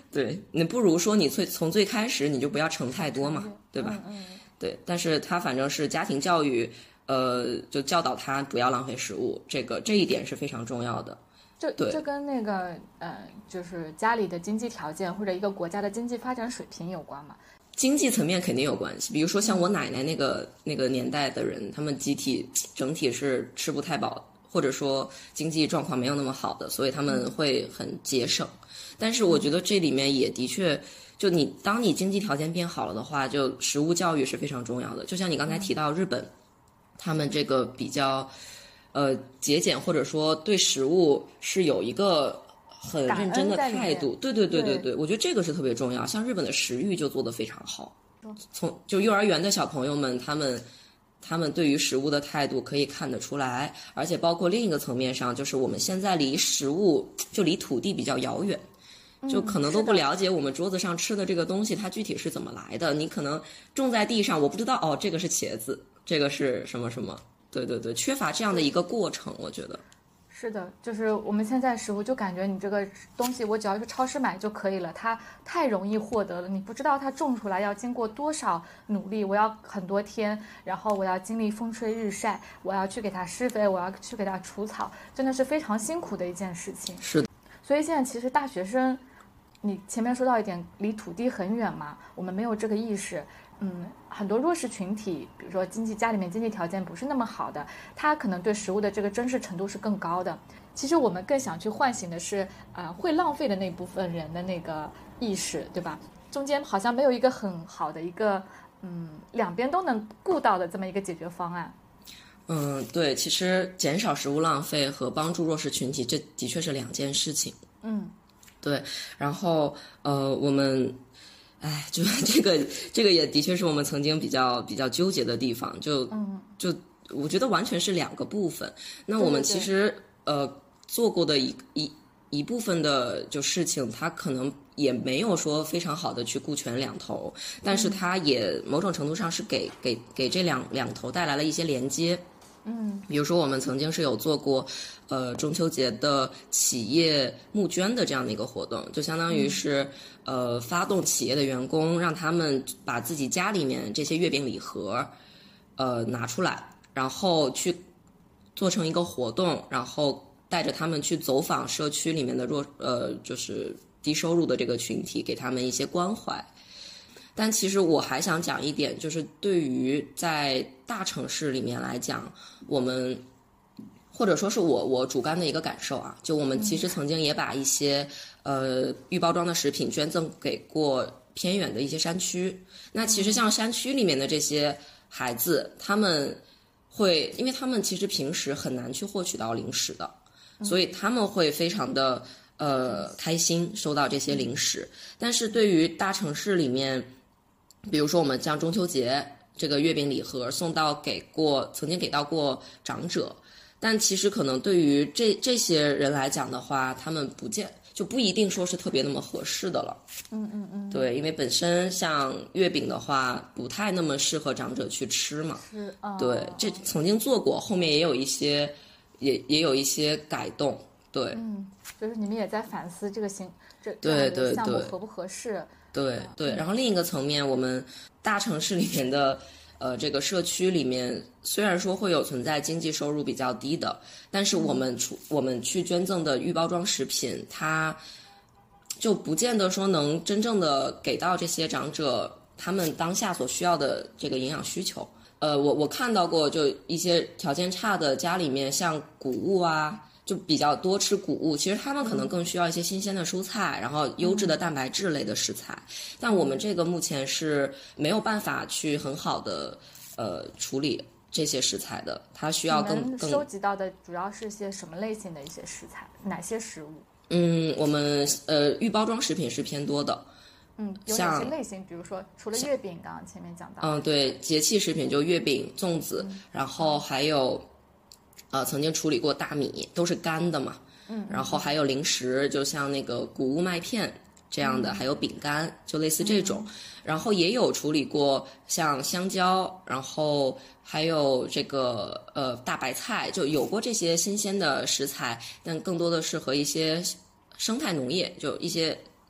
S2: 对，你不如说你最从最开始你就不要盛太多嘛，对吧？
S1: 嗯嗯
S2: 对，但是他反正是家庭教育，呃，就教导他不要浪费食物，这个这一点是非常重要的。
S1: 这
S2: 对
S1: 这跟那个呃，就是家里的经济条件或者一个国家的经济发展水平有关嘛？
S2: 经济层面肯定有关系，比如说像我奶奶那个、那个年代的人，他们集体整体是吃不太饱，或者说经济状况没有那么好的，所以他们会很节省。但是我觉得这里面也的确，就你当你经济条件变好了的话，就食物教育是非常重要的。就像你刚才提到日本，他们这个比较呃节俭，或者说对食物是有一个很认真的态度，对对对对对，我觉得这个是特别重要。像日本的食育就做得非常好，从就幼儿园的小朋友们，他们他们对于食物的态度可以看得出来，而且包括另一个层面上，就是我们现在离食物就离土地比较遥远。就可能都不了解我们桌子上吃的这个东西它具体是怎么来的，你可能种在地上，我不知道哦，这个是茄子，这个是什么什么，对对对，缺乏这样的一个过程，我觉得。
S1: 是的，就是我们现在食物就感觉你这个东西我只要去超市买就可以了，它太容易获得了，你不知道它种出来要经过多少努力，我要很多天，然后我要经历风吹日晒，我要去给它施肥，我要去给它除草，真的是非常辛苦的一件事情。
S2: 是的。
S1: 所以现在其实大学生，你前面说到一点，离土地很远嘛，我们没有这个意识。嗯，很多弱势群体，比如说经济家里面经济条件不是那么好的，他可能对食物的这个珍视程度是更高的。其实我们更想去唤醒的是，呃，会浪费的那部分人的那个意识，对吧？中间好像没有一个很好的一个，嗯，两边都能顾到的这么一个解决方案。
S2: 嗯，对，其实减少食物浪费和帮助弱势群体，这的确是两件事情。
S1: 嗯，
S2: 对。然后，呃，我们，哎，就这个，这个也的确是我们曾经比较比较纠结的地方。就，
S1: 嗯，
S2: 就我觉得完全是两个部分。那我们其实，
S1: 对对对
S2: 呃，做过的一一一部分的就事情，它可能也没有说非常好的去顾全两头，但是它也某种程度上是给给给这两两头带来了一些连接。
S1: 嗯，
S2: 比如说我们曾经是有做过，呃，中秋节的企业募捐的这样的一个活动，就相当于是，呃，发动企业的员工，让他们把自己家里面这些月饼礼盒，呃，拿出来，然后去做成一个活动，然后带着他们去走访社区里面的弱，呃，就是低收入的这个群体，给他们一些关怀。但其实我还想讲一点，就是对于在大城市里面来讲，我们或者说是我我主观的一个感受啊，就我们其实曾经也把一些呃预包装的食品捐赠给过偏远的一些山区。那其实像山区里面的这些孩子，他们会，因为他们其实平时很难去获取到零食的，所以他们会非常的呃开心收到这些零食。但是对于大城市里面，比如说我们像中秋节这个月饼礼盒送到给过曾经给到过长者，但其实可能对于这这些人来讲的话，他们不见就不一定说是特别那么合适的了。
S1: 嗯嗯嗯，
S2: 对，因为本身像月饼的话，不太那么适合长者去吃嘛。
S1: 是啊、哦。
S2: 对，这曾经做过，后面也有一些也也有一些改动。对，
S1: 嗯，就是你们也在反思这个行这
S2: 对对
S1: 项目
S2: 对
S1: 合不合适。
S2: 对对，然后另一个层面，我们大城市里面的呃这个社区里面，虽然说会有存在经济收入比较低的，但是我们出、嗯、我们去捐赠的预包装食品，它就不见得说能真正的给到这些长者他们当下所需要的这个营养需求。呃，我我看到过，就一些条件差的家里面，像谷物啊。就比较多吃谷物，其实他们可能更需要一些新鲜的蔬菜，然后优质的蛋白质类的食材。但我们这个目前是没有办法去很好的呃处理这些食材的，它需要更更
S1: 收集到的主要是些什么类型的一些食材，哪些食物？
S2: 嗯，我们呃预包装食品是偏多的。
S1: 嗯，有哪些类型？比如说，除了月饼，刚刚前面讲到，
S2: 嗯，对，节气食品就月饼、粽子，嗯、然后还有。呃，曾经处理过大米，都是干的嘛，
S1: 嗯，
S2: 然后还有零食，就像那个谷物麦片这样的，
S1: 嗯、
S2: 还有饼干，就类似这种，嗯、然后也有处理过像香蕉，然后还有这个呃大白菜，就有过这些新鲜的食材，但更多的是和一些生态农业，就一些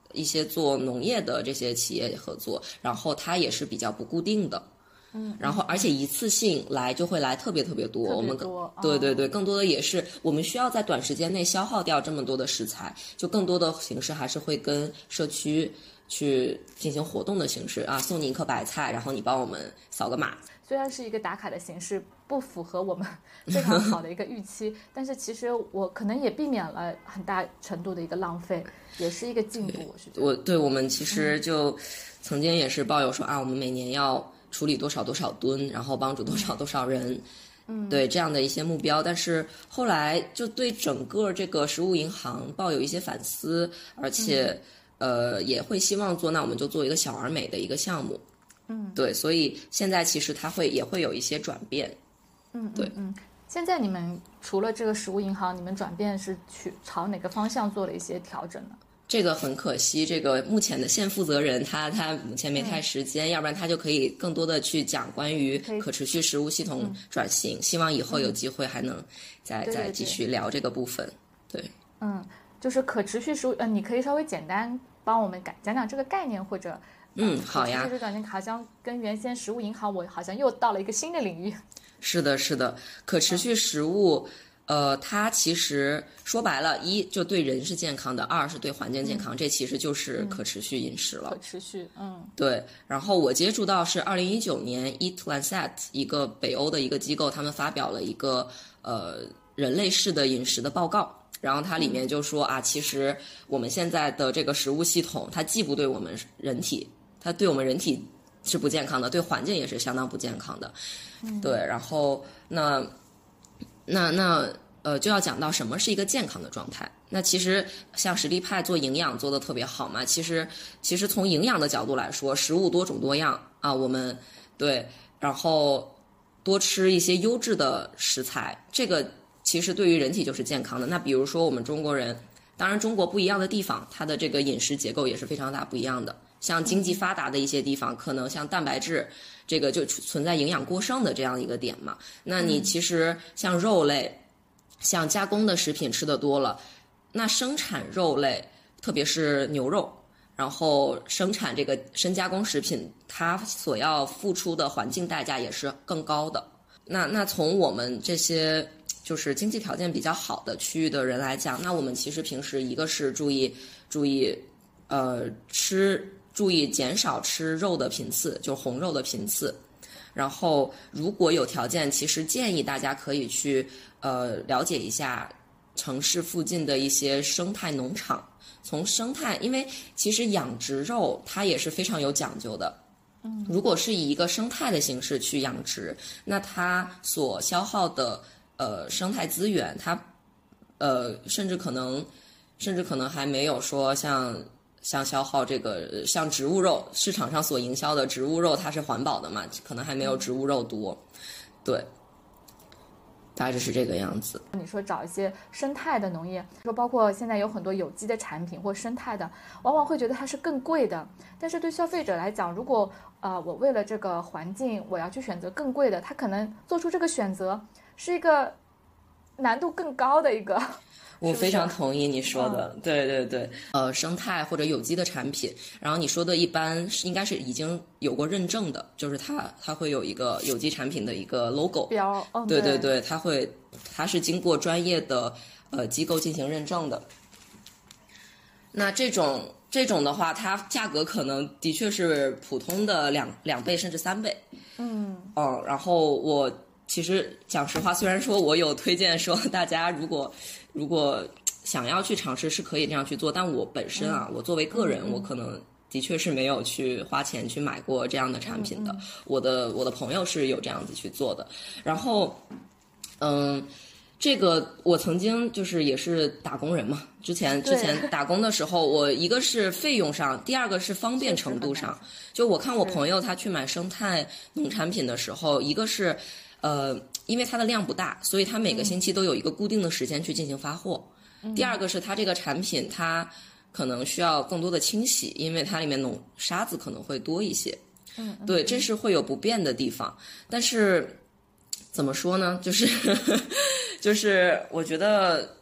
S2: 一些做农业的这些企业合作，然后它也是比较不固定的。
S1: 嗯，
S2: 然后而且一次性来就会来特别特别多，
S1: 特别多
S2: 我们、
S1: 哦、
S2: 对对对，更多的也是我们需要在短时间内消耗掉这么多的食材，就更多的形式还是会跟社区去进行活动的形式啊，送你一颗白菜，然后你帮我们扫个码。
S1: 虽然是一个打卡的形式，不符合我们非常好的一个预期，但是其实我可能也避免了很大程度的一个浪费，也是一个进步。我是觉得，
S2: 我对我们其实就曾经也是抱有说、嗯、啊，我们每年要处理多少多少吨，然后帮助多少多少人，嗯，对这样的一些目标。但是后来就对整个这个食物银行抱有一些反思，而且、嗯、呃也会希望做，那我们就做一个小而美的一个项目。嗯，对，所以现在其实它会也会有一些转变。
S1: 嗯，
S2: 对，
S1: 嗯，现在你们除了这个食物银行，你们转变是去朝哪个方向做了一些调整呢？
S2: 这个很可惜，这个目前的现负责人他他目前没太时间、嗯，要不然他就可以更多的去讲关于可持续食物系统转型。嗯、希望以后有机会还能再、嗯、再继续聊这个部分。对，
S1: 嗯，就是可持续食物，嗯、呃，你可以稍微简单帮我们讲讲这个概念，或者。
S2: 嗯，好呀。
S1: 可持续转型好像跟原先食物银行，我好像又到了一个新的领域。
S2: 是的，是的，可持续食物，嗯、呃，它其实说白了，一就对人是健康的，二是对环境健康，嗯、这其实就是可持续饮食了。
S1: 可持续，嗯，
S2: 对。然后我接触到是二零一九年 Eat Lancet 一个北欧的一个机构，他们发表了一个呃人类式的饮食的报告。然后它里面就说、嗯、啊，其实我们现在的这个食物系统，它既不对我们人体，它对我们人体是不健康的，对环境也是相当不健康的。嗯、对，然后那那那呃，就要讲到什么是一个健康的状态。那其实像实力派做营养做得特别好嘛，其实其实从营养的角度来说，食物多种多样啊，我们对，然后多吃一些优质的食材，这个。其实对于人体就是健康的。那比如说我们中国人，当然中国不一样的地方，它的这个饮食结构也是非常大不一样的。像经济发达的一些地方，可能像蛋白质这个就存在营养过剩的这样一个点嘛。那你其实像肉类，像加工的食品吃的多了，那生产肉类，特别是牛肉，然后生产这个深加工食品，它所要付出的环境代价也是更高的。那那从我们这些就是经济条件比较好的区域的人来讲，那我们其实平时一个是注意注意，呃，吃注意减少吃肉的频次，就红肉的频次。然后如果有条件，其实建议大家可以去呃了解一下城市附近的一些生态农场。从生态，因为其实养殖肉它也是非常有讲究的。嗯，如果是以一个生态的形式去养殖，那它所消耗的呃生态资源，它呃甚至可能甚至可能还没有说像像消耗这个像植物肉市场上所营销的植物肉，它是环保的嘛，可能还没有植物肉多。对，大致是这个样子。
S1: 你说找一些生态的农业，说包括现在有很多有机的产品或生态的，往往会觉得它是更贵的。但是对消费者来讲，如果呃我为了这个环境，我要去选择更贵的，他可能做出这个选择是一个难度更高的一个。
S2: 我非常同意你说的，嗯、对对对，呃，生态或者有机的产品，然后你说的一般是应该是已经有过认证的，就是它它会有一个有机产品的一个 logo
S1: 标，嗯、
S2: 对对
S1: 对，
S2: 对，它会它是经过专业的呃机构进行认证的。那这种这种的话，它价格可能的确是普通的两两倍甚至三倍，
S1: 嗯
S2: 嗯，然后我。其实讲实话，虽然说我有推荐说大家如果如果想要去尝试是可以这样去做，但我本身啊，我作为个人，我可能的确是没有去花钱去买过这样的产品的。我的我的朋友是有这样子去做的。然后，嗯，这个我曾经就是也是打工人嘛，之前之前打工的时候，我一个是费用上，第二个是方便程度上。就我看我朋友他去买生态农产品的时候，一个是。呃，因为它的量不大，所以它每个星期都有一个固定的时间去进行发货。嗯、第二个是它这个产品，它可能需要更多的清洗，因为它里面弄沙子可能会多一些。
S1: 嗯，
S2: 对，这是会有不便的地方。但是怎么说呢？就是就是我觉得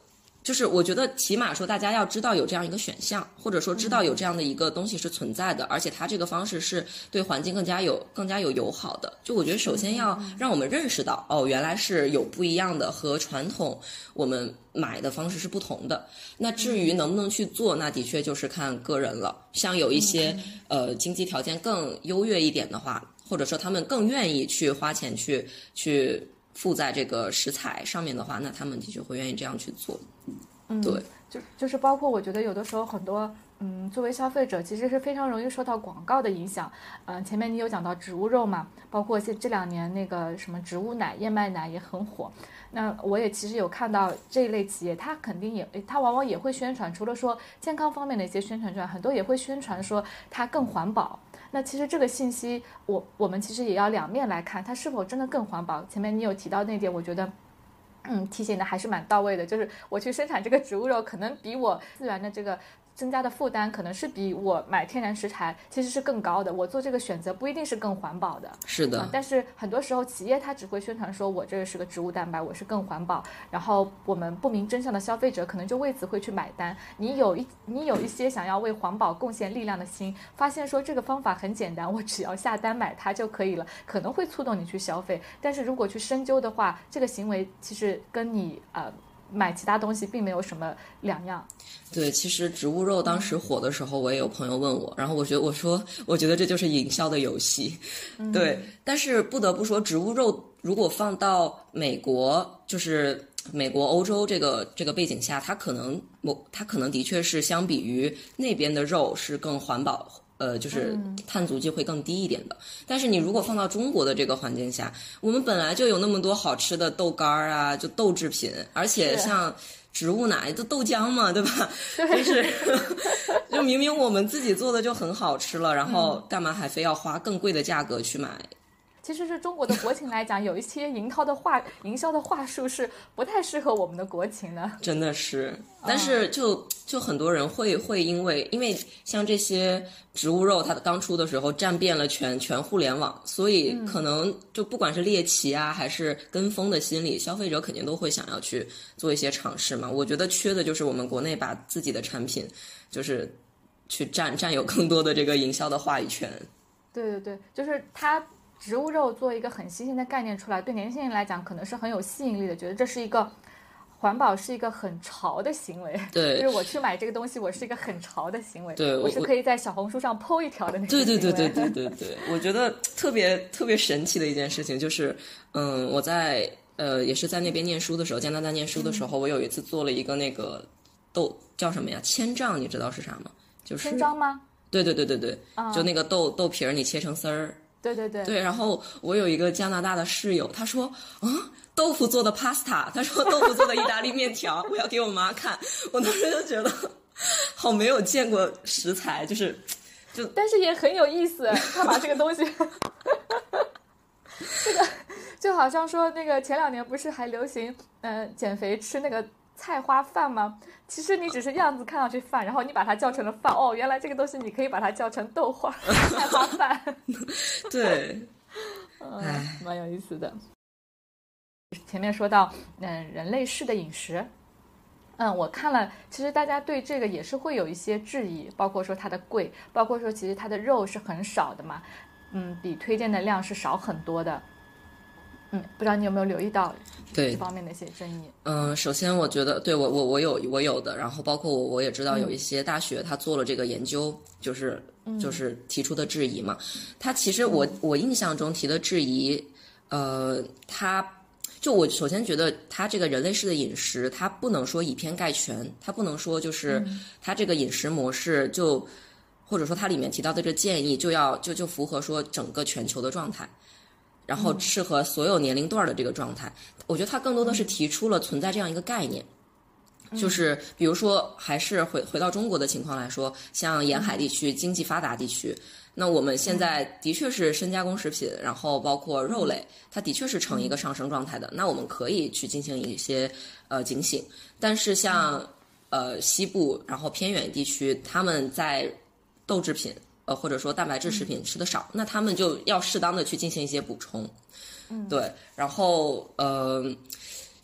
S2: 就是我觉得起码说大家要知道有这样一个选项，或者说知道有这样的一个东西是存在的，而且它这个方式是对环境更加有更加有友好的。就我觉得首先要让我们认识到，哦，原来是有不一样的，和传统我们买的方式是不同的。那至于能不能去做，那的确就是看个人了。像有一些呃经济条件更优越一点的话，或者说他们更愿意去花钱去去付在这个食材上面的话，那他们的确会愿意这样去做。
S1: 嗯，
S2: 对，
S1: 就就是包括我觉得有的时候很多，嗯，作为消费者其实是非常容易受到广告的影响。嗯、呃，前面你有讲到植物肉嘛，包括这这两年那个什么植物奶、燕麦奶也很火。那我也其实有看到这一类企业，它肯定也，它往往也会宣传，除了说健康方面的一些宣传之外，很多也会宣传说它更环保。那其实这个信息，我我们其实也要两面来看，它是否真的更环保。前面你有提到那点，我觉得。嗯，提醒的还是蛮到位的，就是我去生产这个植物肉，可能比我自然的这个增加的负担，可能是比我买天然食材其实是更高的。我做这个选择不一定是更环保的，
S2: 是的。
S1: 嗯、但是很多时候企业它只会宣传说我这个是个植物蛋白，我是更环保，然后我们不明真相的消费者可能就为此会去买单。你有一你有一些想要为环保贡献力量的心，发现说这个方法很简单，我只要下单买它就可以了，可能会触动你去消费。但是如果去深究的话，这个行为其实跟你呃买其他东西并没有什么两样。
S2: 对，其实植物肉当时火的时候，我也有朋友问我，然后我觉得我说我觉得这就是营销的游戏。嗯、对，但是不得不说，植物肉如果放到美国，就是美国、欧洲这个这个背景下，它可能我它可能的确是相比于那边的肉是更环保。呃，就是碳足迹会更低一点的。嗯、但是你如果放到中国的这个环境下，我们本来就有那么多好吃的豆干啊，就豆制品，而且像植物奶，就豆浆嘛，对吧？
S1: 对，
S2: 就是就明明我们自己做的就很好吃了，然后干嘛还非要花更贵的价格去买？
S1: 其实是中国的国情来讲，有一些营销的话营销的话术是不太适合我们的国情的，
S2: 真的是。但是就就很多人会会因为因为像这些植物肉，它刚出的时候占遍了全全互联网，所以可能就不管是猎奇啊，还是跟风的心理，消费者肯定都会想要去做一些尝试嘛。我觉得缺的就是我们国内把自己的产品就是去占占有更多的这个营销的话语权。
S1: 对对对，就是它。植物肉做一个很新鲜的概念出来，对年轻人来讲可能是很有吸引力的，觉得这是一个环保是一个很潮的行为。
S2: 对，
S1: 就是我去买这个东西，我是一个很潮的行为。
S2: 对，
S1: 我是可以在小红书上 po 一条的那种。
S2: 对对对对对对对，我觉得特别特别神奇的一件事情就是，嗯，我在呃也是在那边念书的时候，加拿大念书的时候，嗯、我有一次做了一个那个豆叫什么呀？千丈，你知道是啥吗？就是
S1: 千张吗？
S2: 对对对对对，
S1: 嗯、
S2: 就那个豆豆皮儿，你切成丝儿。
S1: 对对对
S2: 对，然后我有一个加拿大的室友，他说啊，豆腐做的 pasta， 他说豆腐做的意大利面条，我要给我妈看。我当时就觉得好没有见过食材，就是就
S1: 但是也很有意思，他把这个东西这个就好像说那个前两年不是还流行嗯、呃、减肥吃那个菜花饭吗？其实你只是样子看上去饭，然后你把它叫成了饭，哦，原来这个东西你可以把它叫成豆花菜花饭。
S2: 对，
S1: 嗯，蛮有意思的。前面说到，嗯，人类式的饮食，嗯，我看了，其实大家对这个也是会有一些质疑，包括说它的贵，包括说其实它的肉是很少的嘛，嗯，比推荐的量是少很多的。嗯，不知道你有没有留意到这方面的一些争议？
S2: 嗯，首先我觉得，对我我我有我有的，然后包括我我也知道有一些大学他做了这个研究，嗯、就是就是提出的质疑嘛。他其实我我印象中提的质疑，呃，他就我首先觉得他这个人类式的饮食，他不能说以偏概全，他不能说就是他这个饮食模式就或者说它里面提到的这个建议就要就就符合说整个全球的状态。然后适合所有年龄段的这个状态，嗯、我觉得它更多的是提出了存在这样一个概念，嗯、就是比如说，还是回回到中国的情况来说，像沿海地区、经济发达地区，那我们现在的确是深加工食品，然后包括肉类，它的确是呈一个上升状态的。那我们可以去进行一些呃警醒，但是像呃西部，然后偏远地区，他们在豆制品。呃，或者说蛋白质食品吃的少，嗯、那他们就要适当的去进行一些补充，嗯，对，然后呃，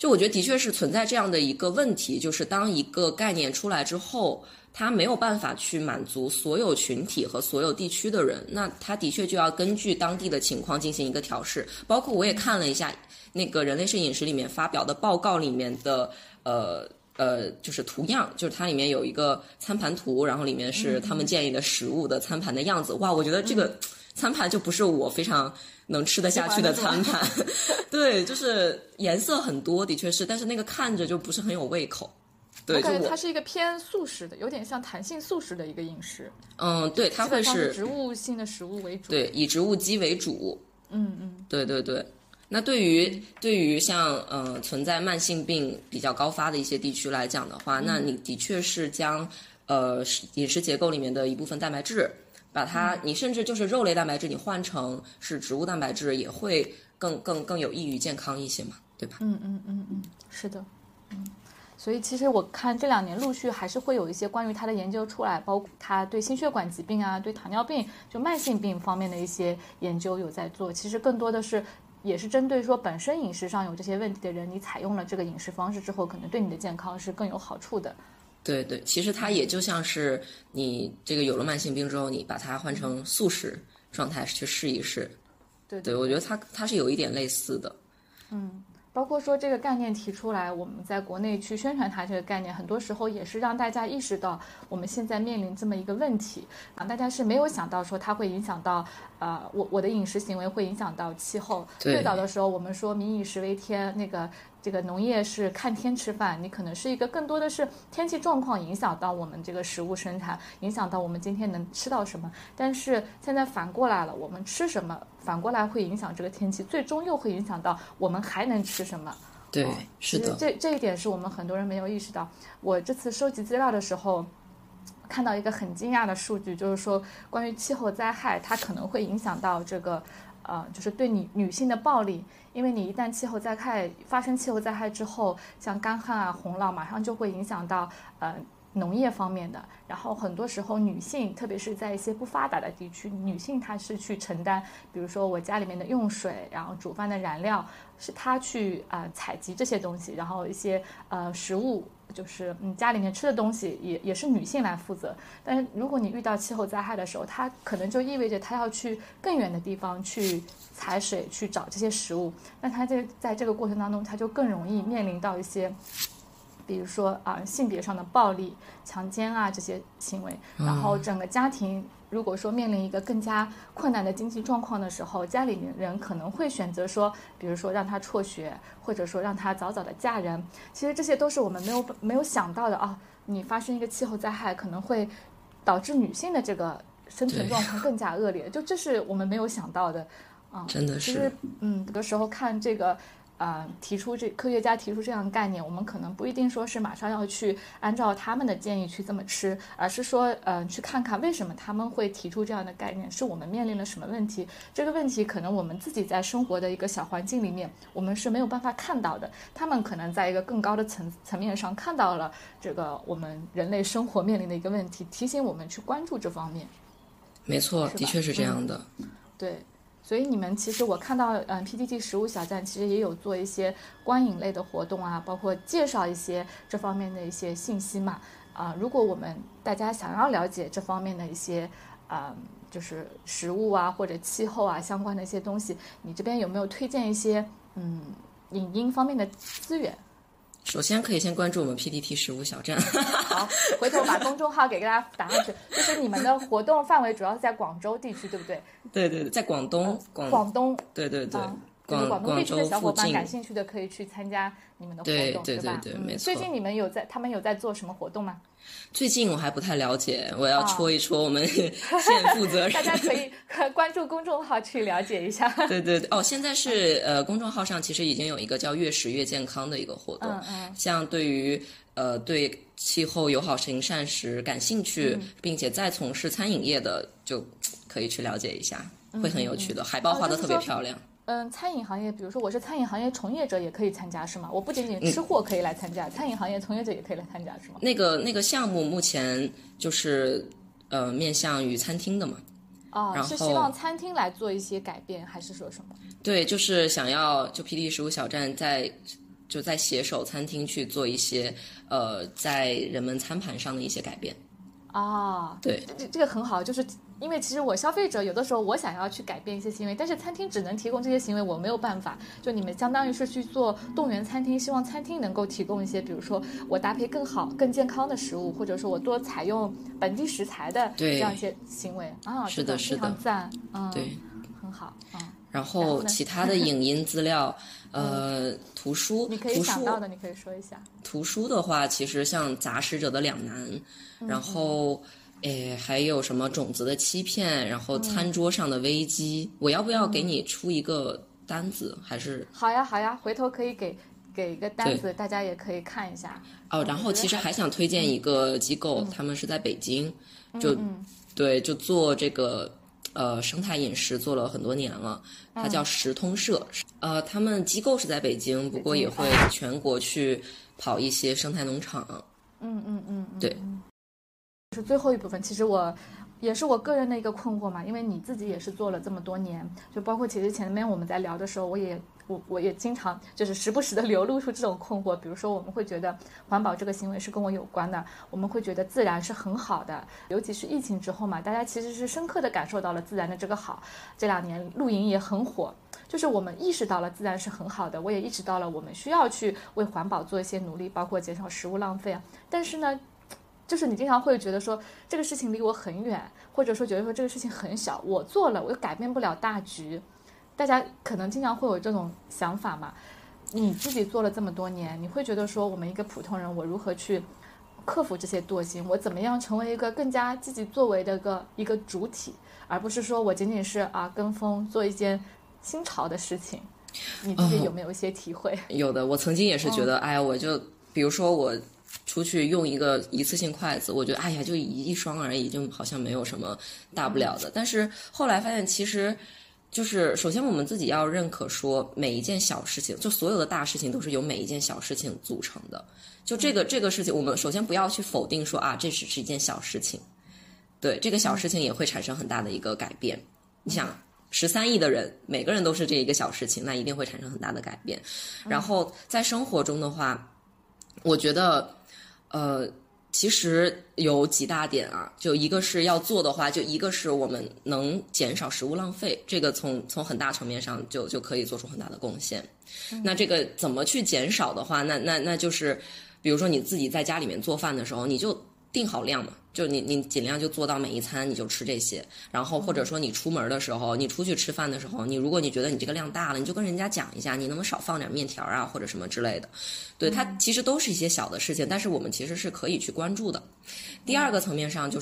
S2: 就我觉得的确是存在这样的一个问题，就是当一个概念出来之后，它没有办法去满足所有群体和所有地区的人，那它的确就要根据当地的情况进行一个调试。包括我也看了一下那个人类是饮食里面发表的报告里面的呃呃，就是图样，就是它里面有一个餐盘图，然后里面是他们建议的食物的餐盘的样子。哇，我觉得这个餐盘就不是我非常能吃得下去的餐盘。对，就是颜色很多，的确是，但是那个看着就不是很有胃口。对，
S1: 我感觉它是一个偏素食的，有点像弹性素食的一个饮食。
S2: 嗯，对，它会是
S1: 植物性的食物为主。
S2: 对，以植物基为主。
S1: 嗯嗯，
S2: 对对对。那对于对于像呃存在慢性病比较高发的一些地区来讲的话，
S1: 嗯、
S2: 那你的确是将呃饮食结构里面的一部分蛋白质，把它、嗯、你甚至就是肉类蛋白质，你换成是植物蛋白质，也会更更更有益于健康一些嘛，对吧？
S1: 嗯嗯嗯嗯，是的，嗯。所以其实我看这两年陆续还是会有一些关于它的研究出来，包括它对心血管疾病啊、对糖尿病就慢性病方面的一些研究有在做。其实更多的是也是针对说本身饮食上有这些问题的人，你采用了这个饮食方式之后，可能对你的健康是更有好处的。
S2: 对对，其实它也就像是你这个有了慢性病之后，你把它换成素食状态去试一试。
S1: 对 对, 对，
S2: 我觉得它它是有一点类似的。
S1: 嗯。包括说这个概念提出来，我们在国内去宣传它这个概念，很多时候也是让大家意识到我们现在面临这么一个问题啊，大家是没有想到说它会影响到呃我我的饮食行为会影响到气候。最早的时候我们说民以食为天，那个这个农业是看天吃饭，你可能是一个更多的是天气状况影响到我们这个食物生产，影响到我们今天能吃到什么。但是现在反过来了，我们吃什么反过来会影响这个天气，最终又会影响到我们还能吃什么。
S2: 对，是的，
S1: 这这一点是我们很多人没有意识到。我这次收集资料的时候看到一个很惊讶的数据，就是说关于气候灾害它可能会影响到这个呃，就是对女女性的暴力。因为你一旦气候灾害发生气候灾害之后，像干旱啊、洪涝，马上就会影响到呃农业方面的。然后很多时候女性，特别是在一些不发达的地区，女性她是去承担，比如说我家里面的用水，然后煮饭的燃料是她去啊、呃、采集这些东西，然后一些呃食物。就是嗯，家里面吃的东西也也是女性来负责，但是如果你遇到气候灾害的时候，它可能就意味着她要去更远的地方去采水去找这些食物，那她这在这个过程当中，她就更容易面临到一些，比如说啊、呃、性别上的暴力、强奸啊这些行为，然后整个家庭。如果说面临一个更加困难的经济状况的时候，家里面人可能会选择说，比如说让他辍学，或者说让他早早的嫁人。其实这些都是我们没有没有想到的啊！你发生一个气候灾害，可能会导致女性的这个生存状况更加恶劣，就这是我们没有想到的啊！
S2: 真的是。
S1: 其实，嗯，有的时候看这个。呃，提出这科学家提出这样的概念，我们可能不一定说是马上要去按照他们的建议去这么吃，而是说，呃，去看看为什么他们会提出这样的概念，是我们面临了什么问题？这个问题可能我们自己在生活的一个小环境里面，我们是没有办法看到的。他们可能在一个更高的层层面上看到了这个我们人类生活面临的一个问题，提醒我们去关注这方面。
S2: 没错，的确是这样的。
S1: 嗯、对。所以你们其实我看到，嗯 ，P T T 食物小站其实也有做一些观影类的活动啊，包括介绍一些这方面的一些信息嘛。啊、呃，如果我们大家想要了解这方面的一些，啊、呃，就是食物啊或者气候啊相关的一些东西，你这边有没有推荐一些嗯影音方面的资源？
S2: 首先可以先关注我们 P T T 食物小站。
S1: 好，回头把公众号给大家打上去。就是你们的活动范围主要是在广州地区，对不对？
S2: 对对对，在广东。呃、
S1: 广广东。
S2: 对对对。
S1: 嗯广广东地区的小伙伴感兴趣的可以去参加你们的活动，
S2: 对对对
S1: 吧？
S2: 对对，没错。
S1: 最近你们有在，他们有在做什么活动吗？
S2: 最近我还不太了解，我要戳一戳我们县负责人。
S1: 大家可以关注公众号去了解一下。
S2: 对对对，哦，现在是呃，公众号上其实已经有一个叫“越食越健康”的一个活动，
S1: 嗯嗯，像
S2: 对于呃对气候友好型膳食感兴趣，
S1: 嗯、
S2: 并且在从事餐饮业的，就可以去了解一下，会很有趣的，
S1: 嗯、
S2: 海报画的特别漂亮。
S1: 哦嗯，餐饮行业，比如说我是餐饮行业从业者，也可以参加是吗？我不仅仅吃货可以来参加，嗯、餐饮行业从业者也可以来参加是吗？
S2: 那个那个项目目前就是呃面向于餐厅的嘛。
S1: 哦，是希望餐厅来做一些改变，还是说什么？
S2: 对，就是想要就 P T T 食物小站在就在携手餐厅去做一些呃在人们餐盘上的一些改变。
S1: 哦，
S2: 对，
S1: 这这个很好，就是因为其实我消费者有的时候我想要去改变一些行为，但是餐厅只能提供这些行为，我没有办法。就你们相当于是去做动员餐厅，希望餐厅能够提供一些，比如说我搭配更好、更健康的食物，或者说我多采用本地食材的这样一些行为啊，
S2: 是的，是的，
S1: 非常赞，嗯，
S2: 对，
S1: 很好，嗯。
S2: 然后其他的影音资料，呃，图书，
S1: 你可以想到的，你可以说一下。
S2: 图书的话，其实像《杂食者的两难》，然后，诶，还有什么《种子的欺骗》，然后《餐桌上的危机》，我要不要给你出一个单子？还是
S1: 好呀，好呀，回头可以给给一个单子，大家也可以看一下。
S2: 哦，然后其实还想推荐一个机构，
S1: 嗯、
S2: 他们是在北京，就、嗯、对，就做这个。呃，生态饮食做了很多年了，它叫食通社。嗯、呃，他们机构是在北京，不过也会全国去跑一些生态农场。
S1: 嗯嗯嗯，
S2: 对。
S1: 是最后一部分，其实我也是我个人的一个困惑嘛，因为你自己也是做了这么多年，就包括其实前面我们在聊的时候，我也我我也经常就是时不时的流露出这种困惑，比如说我们会觉得环保这个行为是跟我有关的，我们会觉得自然是很好的，尤其是疫情之后嘛，大家其实是深刻的感受到了自然的这个好，这两年露营也很火。就是我们意识到了自然是很好的，我也意识到了我们需要去为环保做一些努力，包括减少食物浪费啊。但是呢，就是你经常会觉得说这个事情离我很远，或者说觉得说这个事情很小，我做了我又改变不了大局。大家可能经常会有这种想法嘛。你自己做了这么多年，你会觉得说我们一个普通人，我如何去克服这些惰性？我怎么样成为一个更加积极作为的一个一个主体，而不是说我仅仅是啊跟风做一件新潮的事情？你自己有没有一些体会？
S2: 嗯、有的，我曾经也是觉得，嗯、哎呀，我就比如说我出去用一个一次性筷子，我觉得哎呀，就一双而已，就好像没有什么大不了的。嗯、但是后来发现，其实就是首先我们自己要认可说，每一件小事情，就所有的大事情都是由每一件小事情组成的。就这个、嗯、这个事情，我们首先不要去否定说啊，这只是一件小事情。对，这个小事情也会产生很大的一个改变。嗯、你想。十三亿的人，每个人都是这一个小事情，那一定会产生很大的改变。然后在生活中的话，我觉得，呃，其实有几大点啊，就一个是要做的话，就一个是我们能减少食物浪费，这个从从很大层面上就就可以做出很大的贡献。嗯、那这个怎么去减少的话，那那那就是，比如说你自己在家里面做饭的时候，你就定好量嘛。就你你尽量就做到每一餐你就吃这些，然后或者说你出门的时候，你出去吃饭的时候，你如果你觉得你这个量大了，你就跟人家讲一下，你能不能少放点面条啊或者什么之类的。对，它其实都是一些小的事情，但是我们其实是可以去关注的。第二个层面上就是，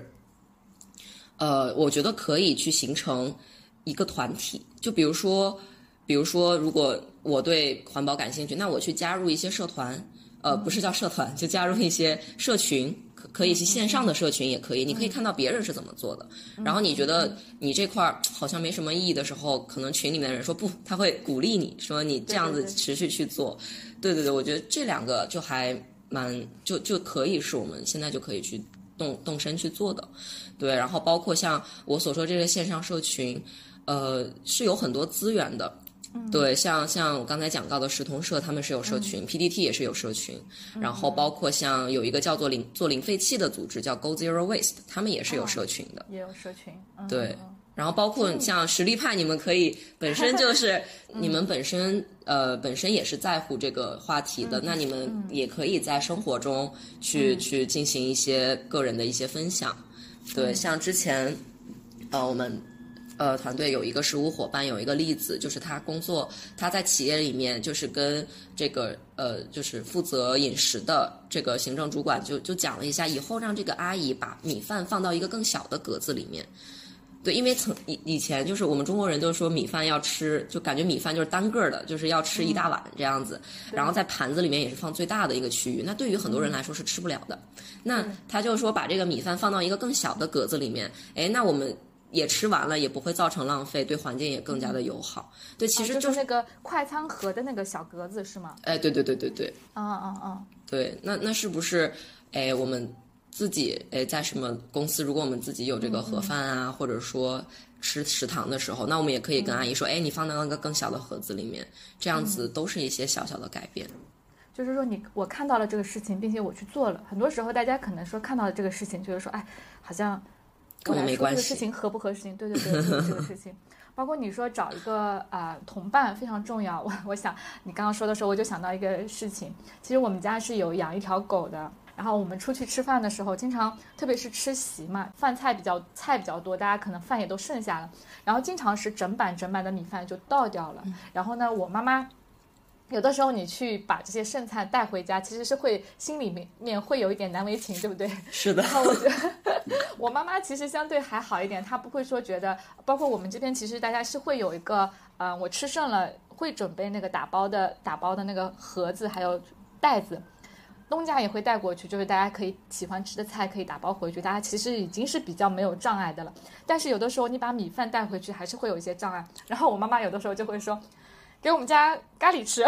S2: 呃，我觉得可以去形成一个团体，就比如说，比如说如果我对环保感兴趣，那我去加入一些社团，呃，不是叫社团，就加入一些社群。可以是线上的社群也可以，你可以看到别人是怎么做的，然后你觉得你这块好像没什么意义的时候，可能群里面的人说不，他会鼓励你说你这样子持续去做。对对对，我觉得这两个就还蛮就就可以是我们现在就可以去动动身去做的。对，然后包括像我所说这个线上社群，呃，是有很多资源的。对，像像我刚才讲到的食同社，他们是有社群、嗯、P D T 也是有社群、嗯、然后包括像有一个叫做零做零废弃的组织叫 Go Zero Waste， 他们也是有社群的、哦、
S1: 也有社群、嗯、
S2: 对，然后包括像实力派，你们可以本身就是你们本身呃本身也是在乎这个话题的、嗯、那你们也可以在生活中去、嗯、去进行一些个人的一些分享。对、嗯、像之前呃我们呃，团队有一个实务伙伴，有一个例子，就是他工作，他在企业里面，就是跟这个呃，就是负责饮食的这个行政主管就就讲了一下，以后让这个阿姨把米饭放到一个更小的格子里面。对，因为曾以以前就是我们中国人都说米饭要吃，就感觉米饭就是单个的，就是要吃一大碗这样子，嗯、然后在盘子里面也是放最大的一个区域，那对于很多人来说是吃不了的。嗯、那他就说把这个米饭放到一个更小的格子里面，哎，那我们。也吃完了，也不会造成浪费，对环境也更加的友好。对，其实
S1: 就是、哦、就是那个快餐盒的那个小格子是吗？
S2: 哎，对对对对对。
S1: 啊啊啊！
S2: 对，那那是不是，哎，我们自己诶在什么公司，如果我们自己有这个盒饭啊，嗯、或者说吃食堂的时候，那我们也可以跟阿姨说，哎、嗯，你放到那个更小的盒子里面，这样子都是一些小小的改变。
S1: 就是说你我看到了这个事情，并且我去做了。很多时候大家可能说看到了这个事情，就是说，哎，好像
S2: 跟我没关系，
S1: 这个事情合不合适情？对对对，这个事情。包括你说找一个啊、呃、同伴非常重要。我我想你刚刚说的时候，我就想到一个事情。其实我们家是有养一条狗的。然后我们出去吃饭的时候，经常特别是吃席嘛，饭菜比较菜比较多，大家可能饭也都剩下了，然后经常是整板整板的米饭就倒掉了。然后呢，我妈妈有的时候你去把这些剩菜带回家，其实是会心里面会有一点难为情，对不对？
S2: 是的。
S1: 然后我觉得我妈妈其实相对还好一点，她不会说觉得，包括我们这边其实大家是会有一个，呃，我吃剩了会准备那个打包的打包的那个盒子还有袋子。东家也会带过去，就是大家可以喜欢吃的菜可以打包回去，大家其实已经是比较没有障碍的了。但是有的时候你把米饭带回去还是会有一些障碍。然后我妈妈有的时候就会说，给我们家咖喱吃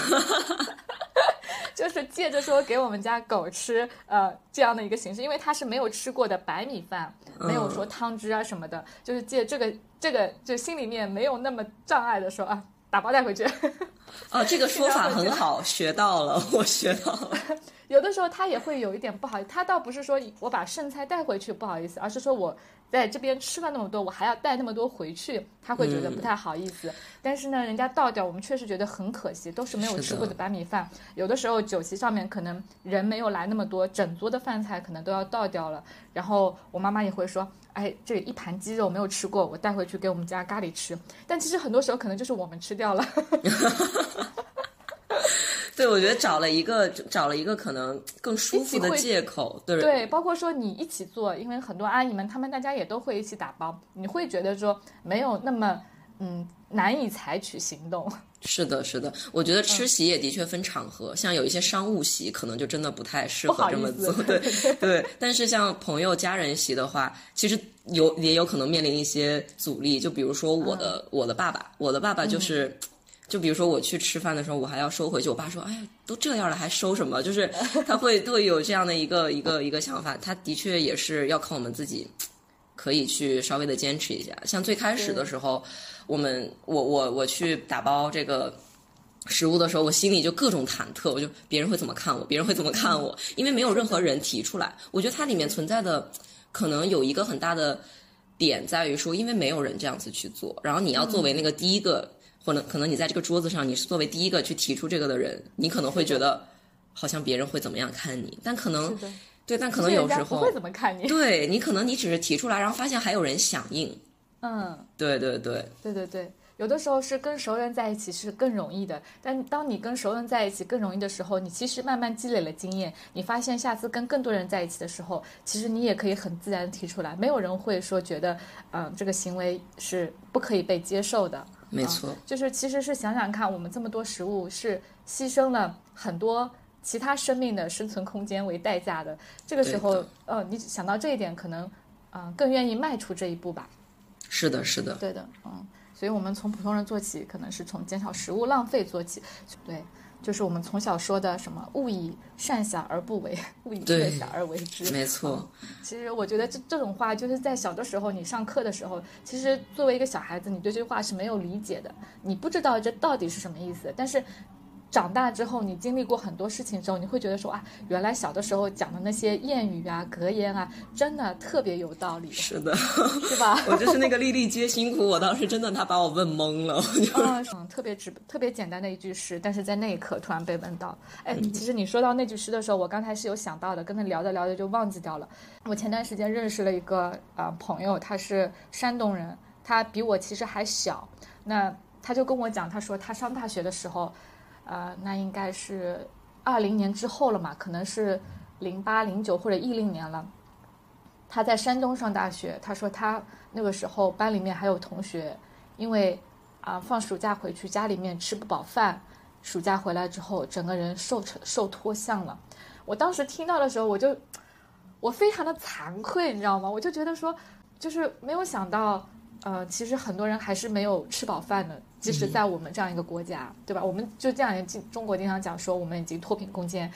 S1: 就是借着说给我们家狗吃呃这样的一个形式，因为它是没有吃过的白米饭，没有说汤汁啊什么的、嗯、就是借这个这个就心里面没有那么障碍的时候啊，打包带回去。
S2: 哦，这个说法很好，学到了，我学到了。
S1: 有的时候他也会有一点不好意思，他倒不是说我把剩菜带回去不好意思，而是说我在这边吃了那么多，我还要带那么多回去，他会觉得不太好意思、嗯、但是呢人家倒掉，我们确实觉得很可惜，都是没有吃过的白米饭。有的时候酒席上面可能人没有来那么多，整桌的饭菜可能都要倒掉了，然后我妈妈也会说，哎，这一盘鸡肉没有吃过，我带回去给我们家咖喱吃。但其实很多时候可能就是我们吃掉了。
S2: 对，我觉得找了一个找了一个可能更舒服的借口。对
S1: 对，包括说你一起做，因为很多阿姨们她们大家也都会一起打包，你会觉得说没有那么嗯难以采取行动。
S2: 是的是的，我觉得吃席也的确分场合、嗯、像有一些商务席可能就真的不太适合这么做。对对，但是像朋友家人席的话，其实有也有可能面临一些阻力，就比如说我的、嗯、我的爸爸我的爸爸就是、嗯就比如说我去吃饭的时候，我还要收回去，我爸说，哎呀，都这样了还收什么，就是他会会有这样的一个一个一个想法。他的确也是要靠我们自己可以去稍微的坚持一下。像最开始的时候，我们我我我去打包这个食物的时候，我心里就各种忐忑，我就别人会怎么看我，别人会怎么看我，因为没有任何人提出来。我觉得它里面存在的可能有一个很大的点在于说，因为没有人这样子去做，然后你要作为那个第一个、嗯或者可能你在这个桌子上你是作为第一个去提出这个的人，你可能会觉得好像别人会怎么样看你，但可能对，但可能有时候
S1: 不会怎么看你，
S2: 对，你可能你只是提出来，然后发现还有人响应。
S1: 嗯，
S2: 对对对
S1: 对对对，有的时候是跟熟人在一起是更容易的，但当你跟熟人在一起更容易的时候，你其实慢慢积累了经验，你发现下次跟更多人在一起的时候，其实你也可以很自然地提出来，没有人会说觉得嗯、呃，这个行为是不可以被接受的。
S2: 没错、嗯、
S1: 就是其实是想想看，我们这么多食物是牺牲了很多其他生命的生存空间为代价的，这个时候呃，你想到这一点可能嗯、呃，更愿意迈出这一步吧。
S2: 是的是的，
S1: 对的，嗯，所以我们从普通人做起，可能是从减少食物浪费做起。对，就是我们从小说的什么勿以善小而不为，勿以恶小而为之。
S2: 没错、
S1: 嗯、其实我觉得这这种话就是在小的时候你上课的时候，其实作为一个小孩子，你对这句话是没有理解的，你不知道这到底是什么意思，但是长大之后你经历过很多事情之后，你会觉得说啊，原来小的时候讲的那些谚语啊格言啊真的特别有道理。
S2: 是的，
S1: 是吧？
S2: 我就是那个粒粒皆辛苦，我当时真的他把我问懵了。
S1: 嗯，特别直特别简单的一句诗，但是在那一刻突然被问到。哎，其实你说到那句诗的时候，我刚才是有想到的，跟他聊着聊着就忘记掉了。我前段时间认识了一个呃朋友，他是山东人，他比我其实还小，那他就跟我讲，他说他上大学的时候呃，那应该是二零年之后了嘛，可能是零八零九或者一零年了。他在山东上大学，他说他那个时候班里面还有同学，因为啊、呃、放暑假回去家里面吃不饱饭，暑假回来之后整个人瘦成瘦脱相了。我当时听到的时候，我就我非常的惭愧，你知道吗？我就觉得说，就是没有想到。呃，其实很多人还是没有吃饱饭的，即使在我们这样一个国家，嗯、对吧？我们就这样，中国经常讲说我们已经脱贫攻坚，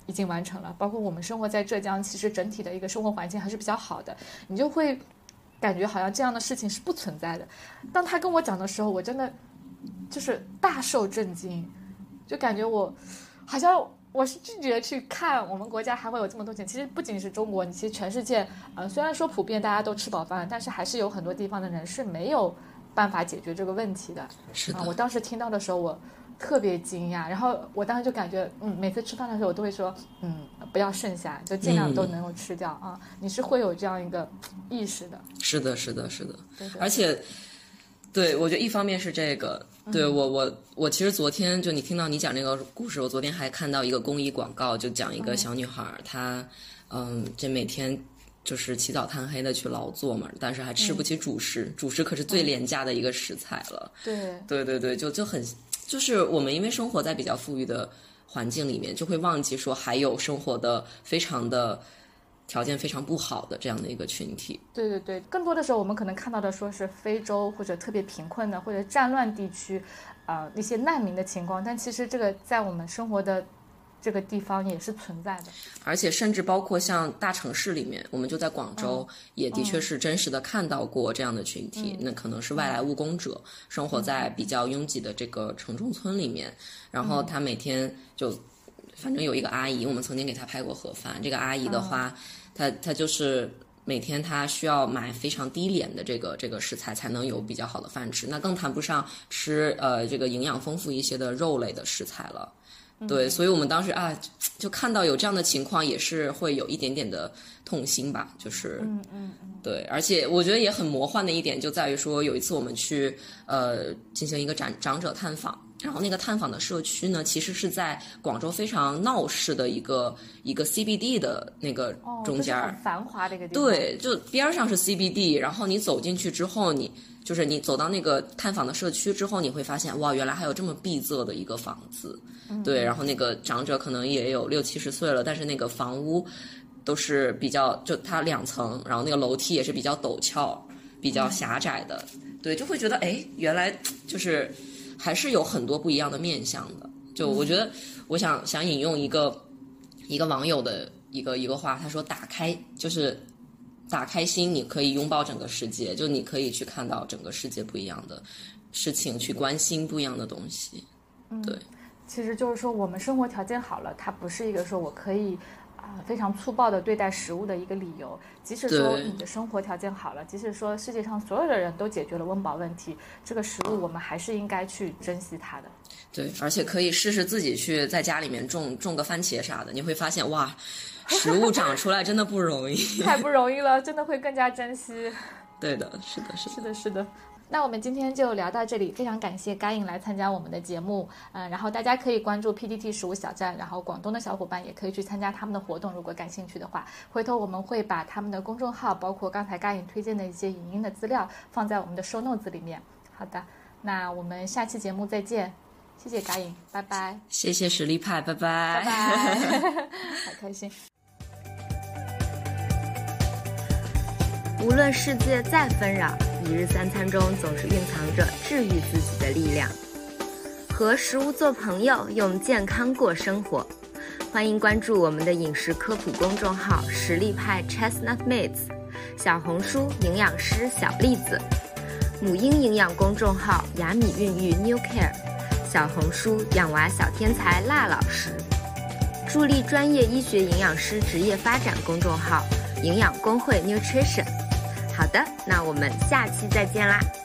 S1: 已经完成了，包括我们生活在浙江，其实整体的一个生活环境还是比较好的，你就会感觉好像这样的事情是不存在的。当他跟我讲的时候，我真的就是大受震惊，就感觉我好像我是拒绝去看我们国家还会有这么多钱。其实不仅是中国，你其实全世界，呃，虽然说普遍大家都吃饱饭，但是还是有很多地方的人是没有办法解决这个问题的。
S2: 是的，
S1: 啊，我当时听到的时候，我特别惊讶，然后我当时就感觉，嗯，每次吃饭的时候，我都会说，嗯，不要剩下，就尽量都能够吃掉、嗯、啊。你是会有这样一个意识的。
S2: 是的，是的，是的，
S1: 对对，
S2: 而且。对，我觉得一方面是这个，对我我我其实昨天就你听到你讲这个故事，我昨天还看到一个公益广告，就讲一个小女孩，嗯、她嗯，这每天就是起早贪黑的去劳作嘛，但是还吃不起主食，嗯、主食可是最廉价的一个食材了。
S1: 对
S2: 对对对，就就很就是我们因为生活在比较富裕的环境里面，就会忘记说还有生活的非常的。条件非常不好的这样的一个群体。
S1: 对对对，更多的时候我们可能看到的说是非洲或者特别贫困的或者战乱地区呃一些难民的情况，但其实这个在我们生活的这个地方也是存在的。
S2: 而且甚至包括像大城市里面，我们就在广州、嗯、也的确是真实的看到过这样的群体、嗯、那可能是外来务工者、嗯、生活在比较拥挤的这个城中村里面、嗯、然后他每天就反正有一个阿姨，我们曾经给她拍过盒饭，这个阿姨的话、嗯他他就是每天他需要买非常低廉的这个这个食材才能有比较好的饭吃，那更谈不上吃呃这个营养丰富一些的肉类的食材了。对、嗯，所以我们当时啊就看到有这样的情况，也是会有一点点的痛心吧，就是
S1: 嗯嗯嗯，
S2: 对，而且我觉得也很魔幻的一点就在于说，有一次我们去呃进行一个长长者探访。然后那个探访的社区呢，其实是在广州非常闹市的一个一个 C B D 的那个中间，
S1: 哦，就是很繁华的一个地方。
S2: 对，就边上是 C B D， 然后你走进去之后，你就是你走到那个探访的社区之后，你会发现哇，原来还有这么闭塞的一个房子。嗯、对，然后那个长者可能也有六七十岁了，但是那个房屋都是比较，就它两层，然后那个楼梯也是比较陡峭、比较狭窄的。嗯、对，就会觉得哎，原来就是。还是有很多不一样的面向的，就我觉得，我想想引用一个一个网友的一个一个话，他说：“打开就是打开心，你可以拥抱整个世界，就你可以去看到整个世界不一样的事情，去关心不一样的东西。”对、嗯，
S1: 其实就是说，我们生活条件好了，它不是一个说我可以。啊，非常粗暴的对待食物的一个理由。即使说你的生活条件好了，即使说世界上所有的人都解决了温饱问题，这个食物我们还是应该去珍惜它的。
S2: 对，而且可以试试自己去在家里面种种个番茄啥的，你会发现哇，食物长出来真的不容易，
S1: 太不容易了，真的会更加珍惜。
S2: 对的，是的，是的，
S1: 是的，是的。那我们今天就聊到这里，非常感谢嘎颖来参加我们的节目，嗯、呃，然后大家可以关注 P T T 食物小站，然后广东的小伙伴也可以去参加他们的活动，如果感兴趣的话，回头我们会把他们的公众号，包括刚才嘎颖推荐的一些影音的资料放在我们的 show notes 里面。好的，那我们下期节目再见，谢谢嘎颖，拜拜。
S2: 谢谢实力派，拜拜，
S1: 拜拜，好开心。
S3: 无论世界再纷扰，一日三餐中总是蕴藏着治愈自己的力量。和食物做朋友，用健康过生活。欢迎关注我们的饮食科普公众号实力派 Chestnut Mates， 小红书营养师小栗子，母婴营养公众号雅米孕育 New Care， 小红书养娃小天才辣老师，助力专业医学营养师职业发展公众号营养工会 Nutrition。好的，那我们下期再见啦。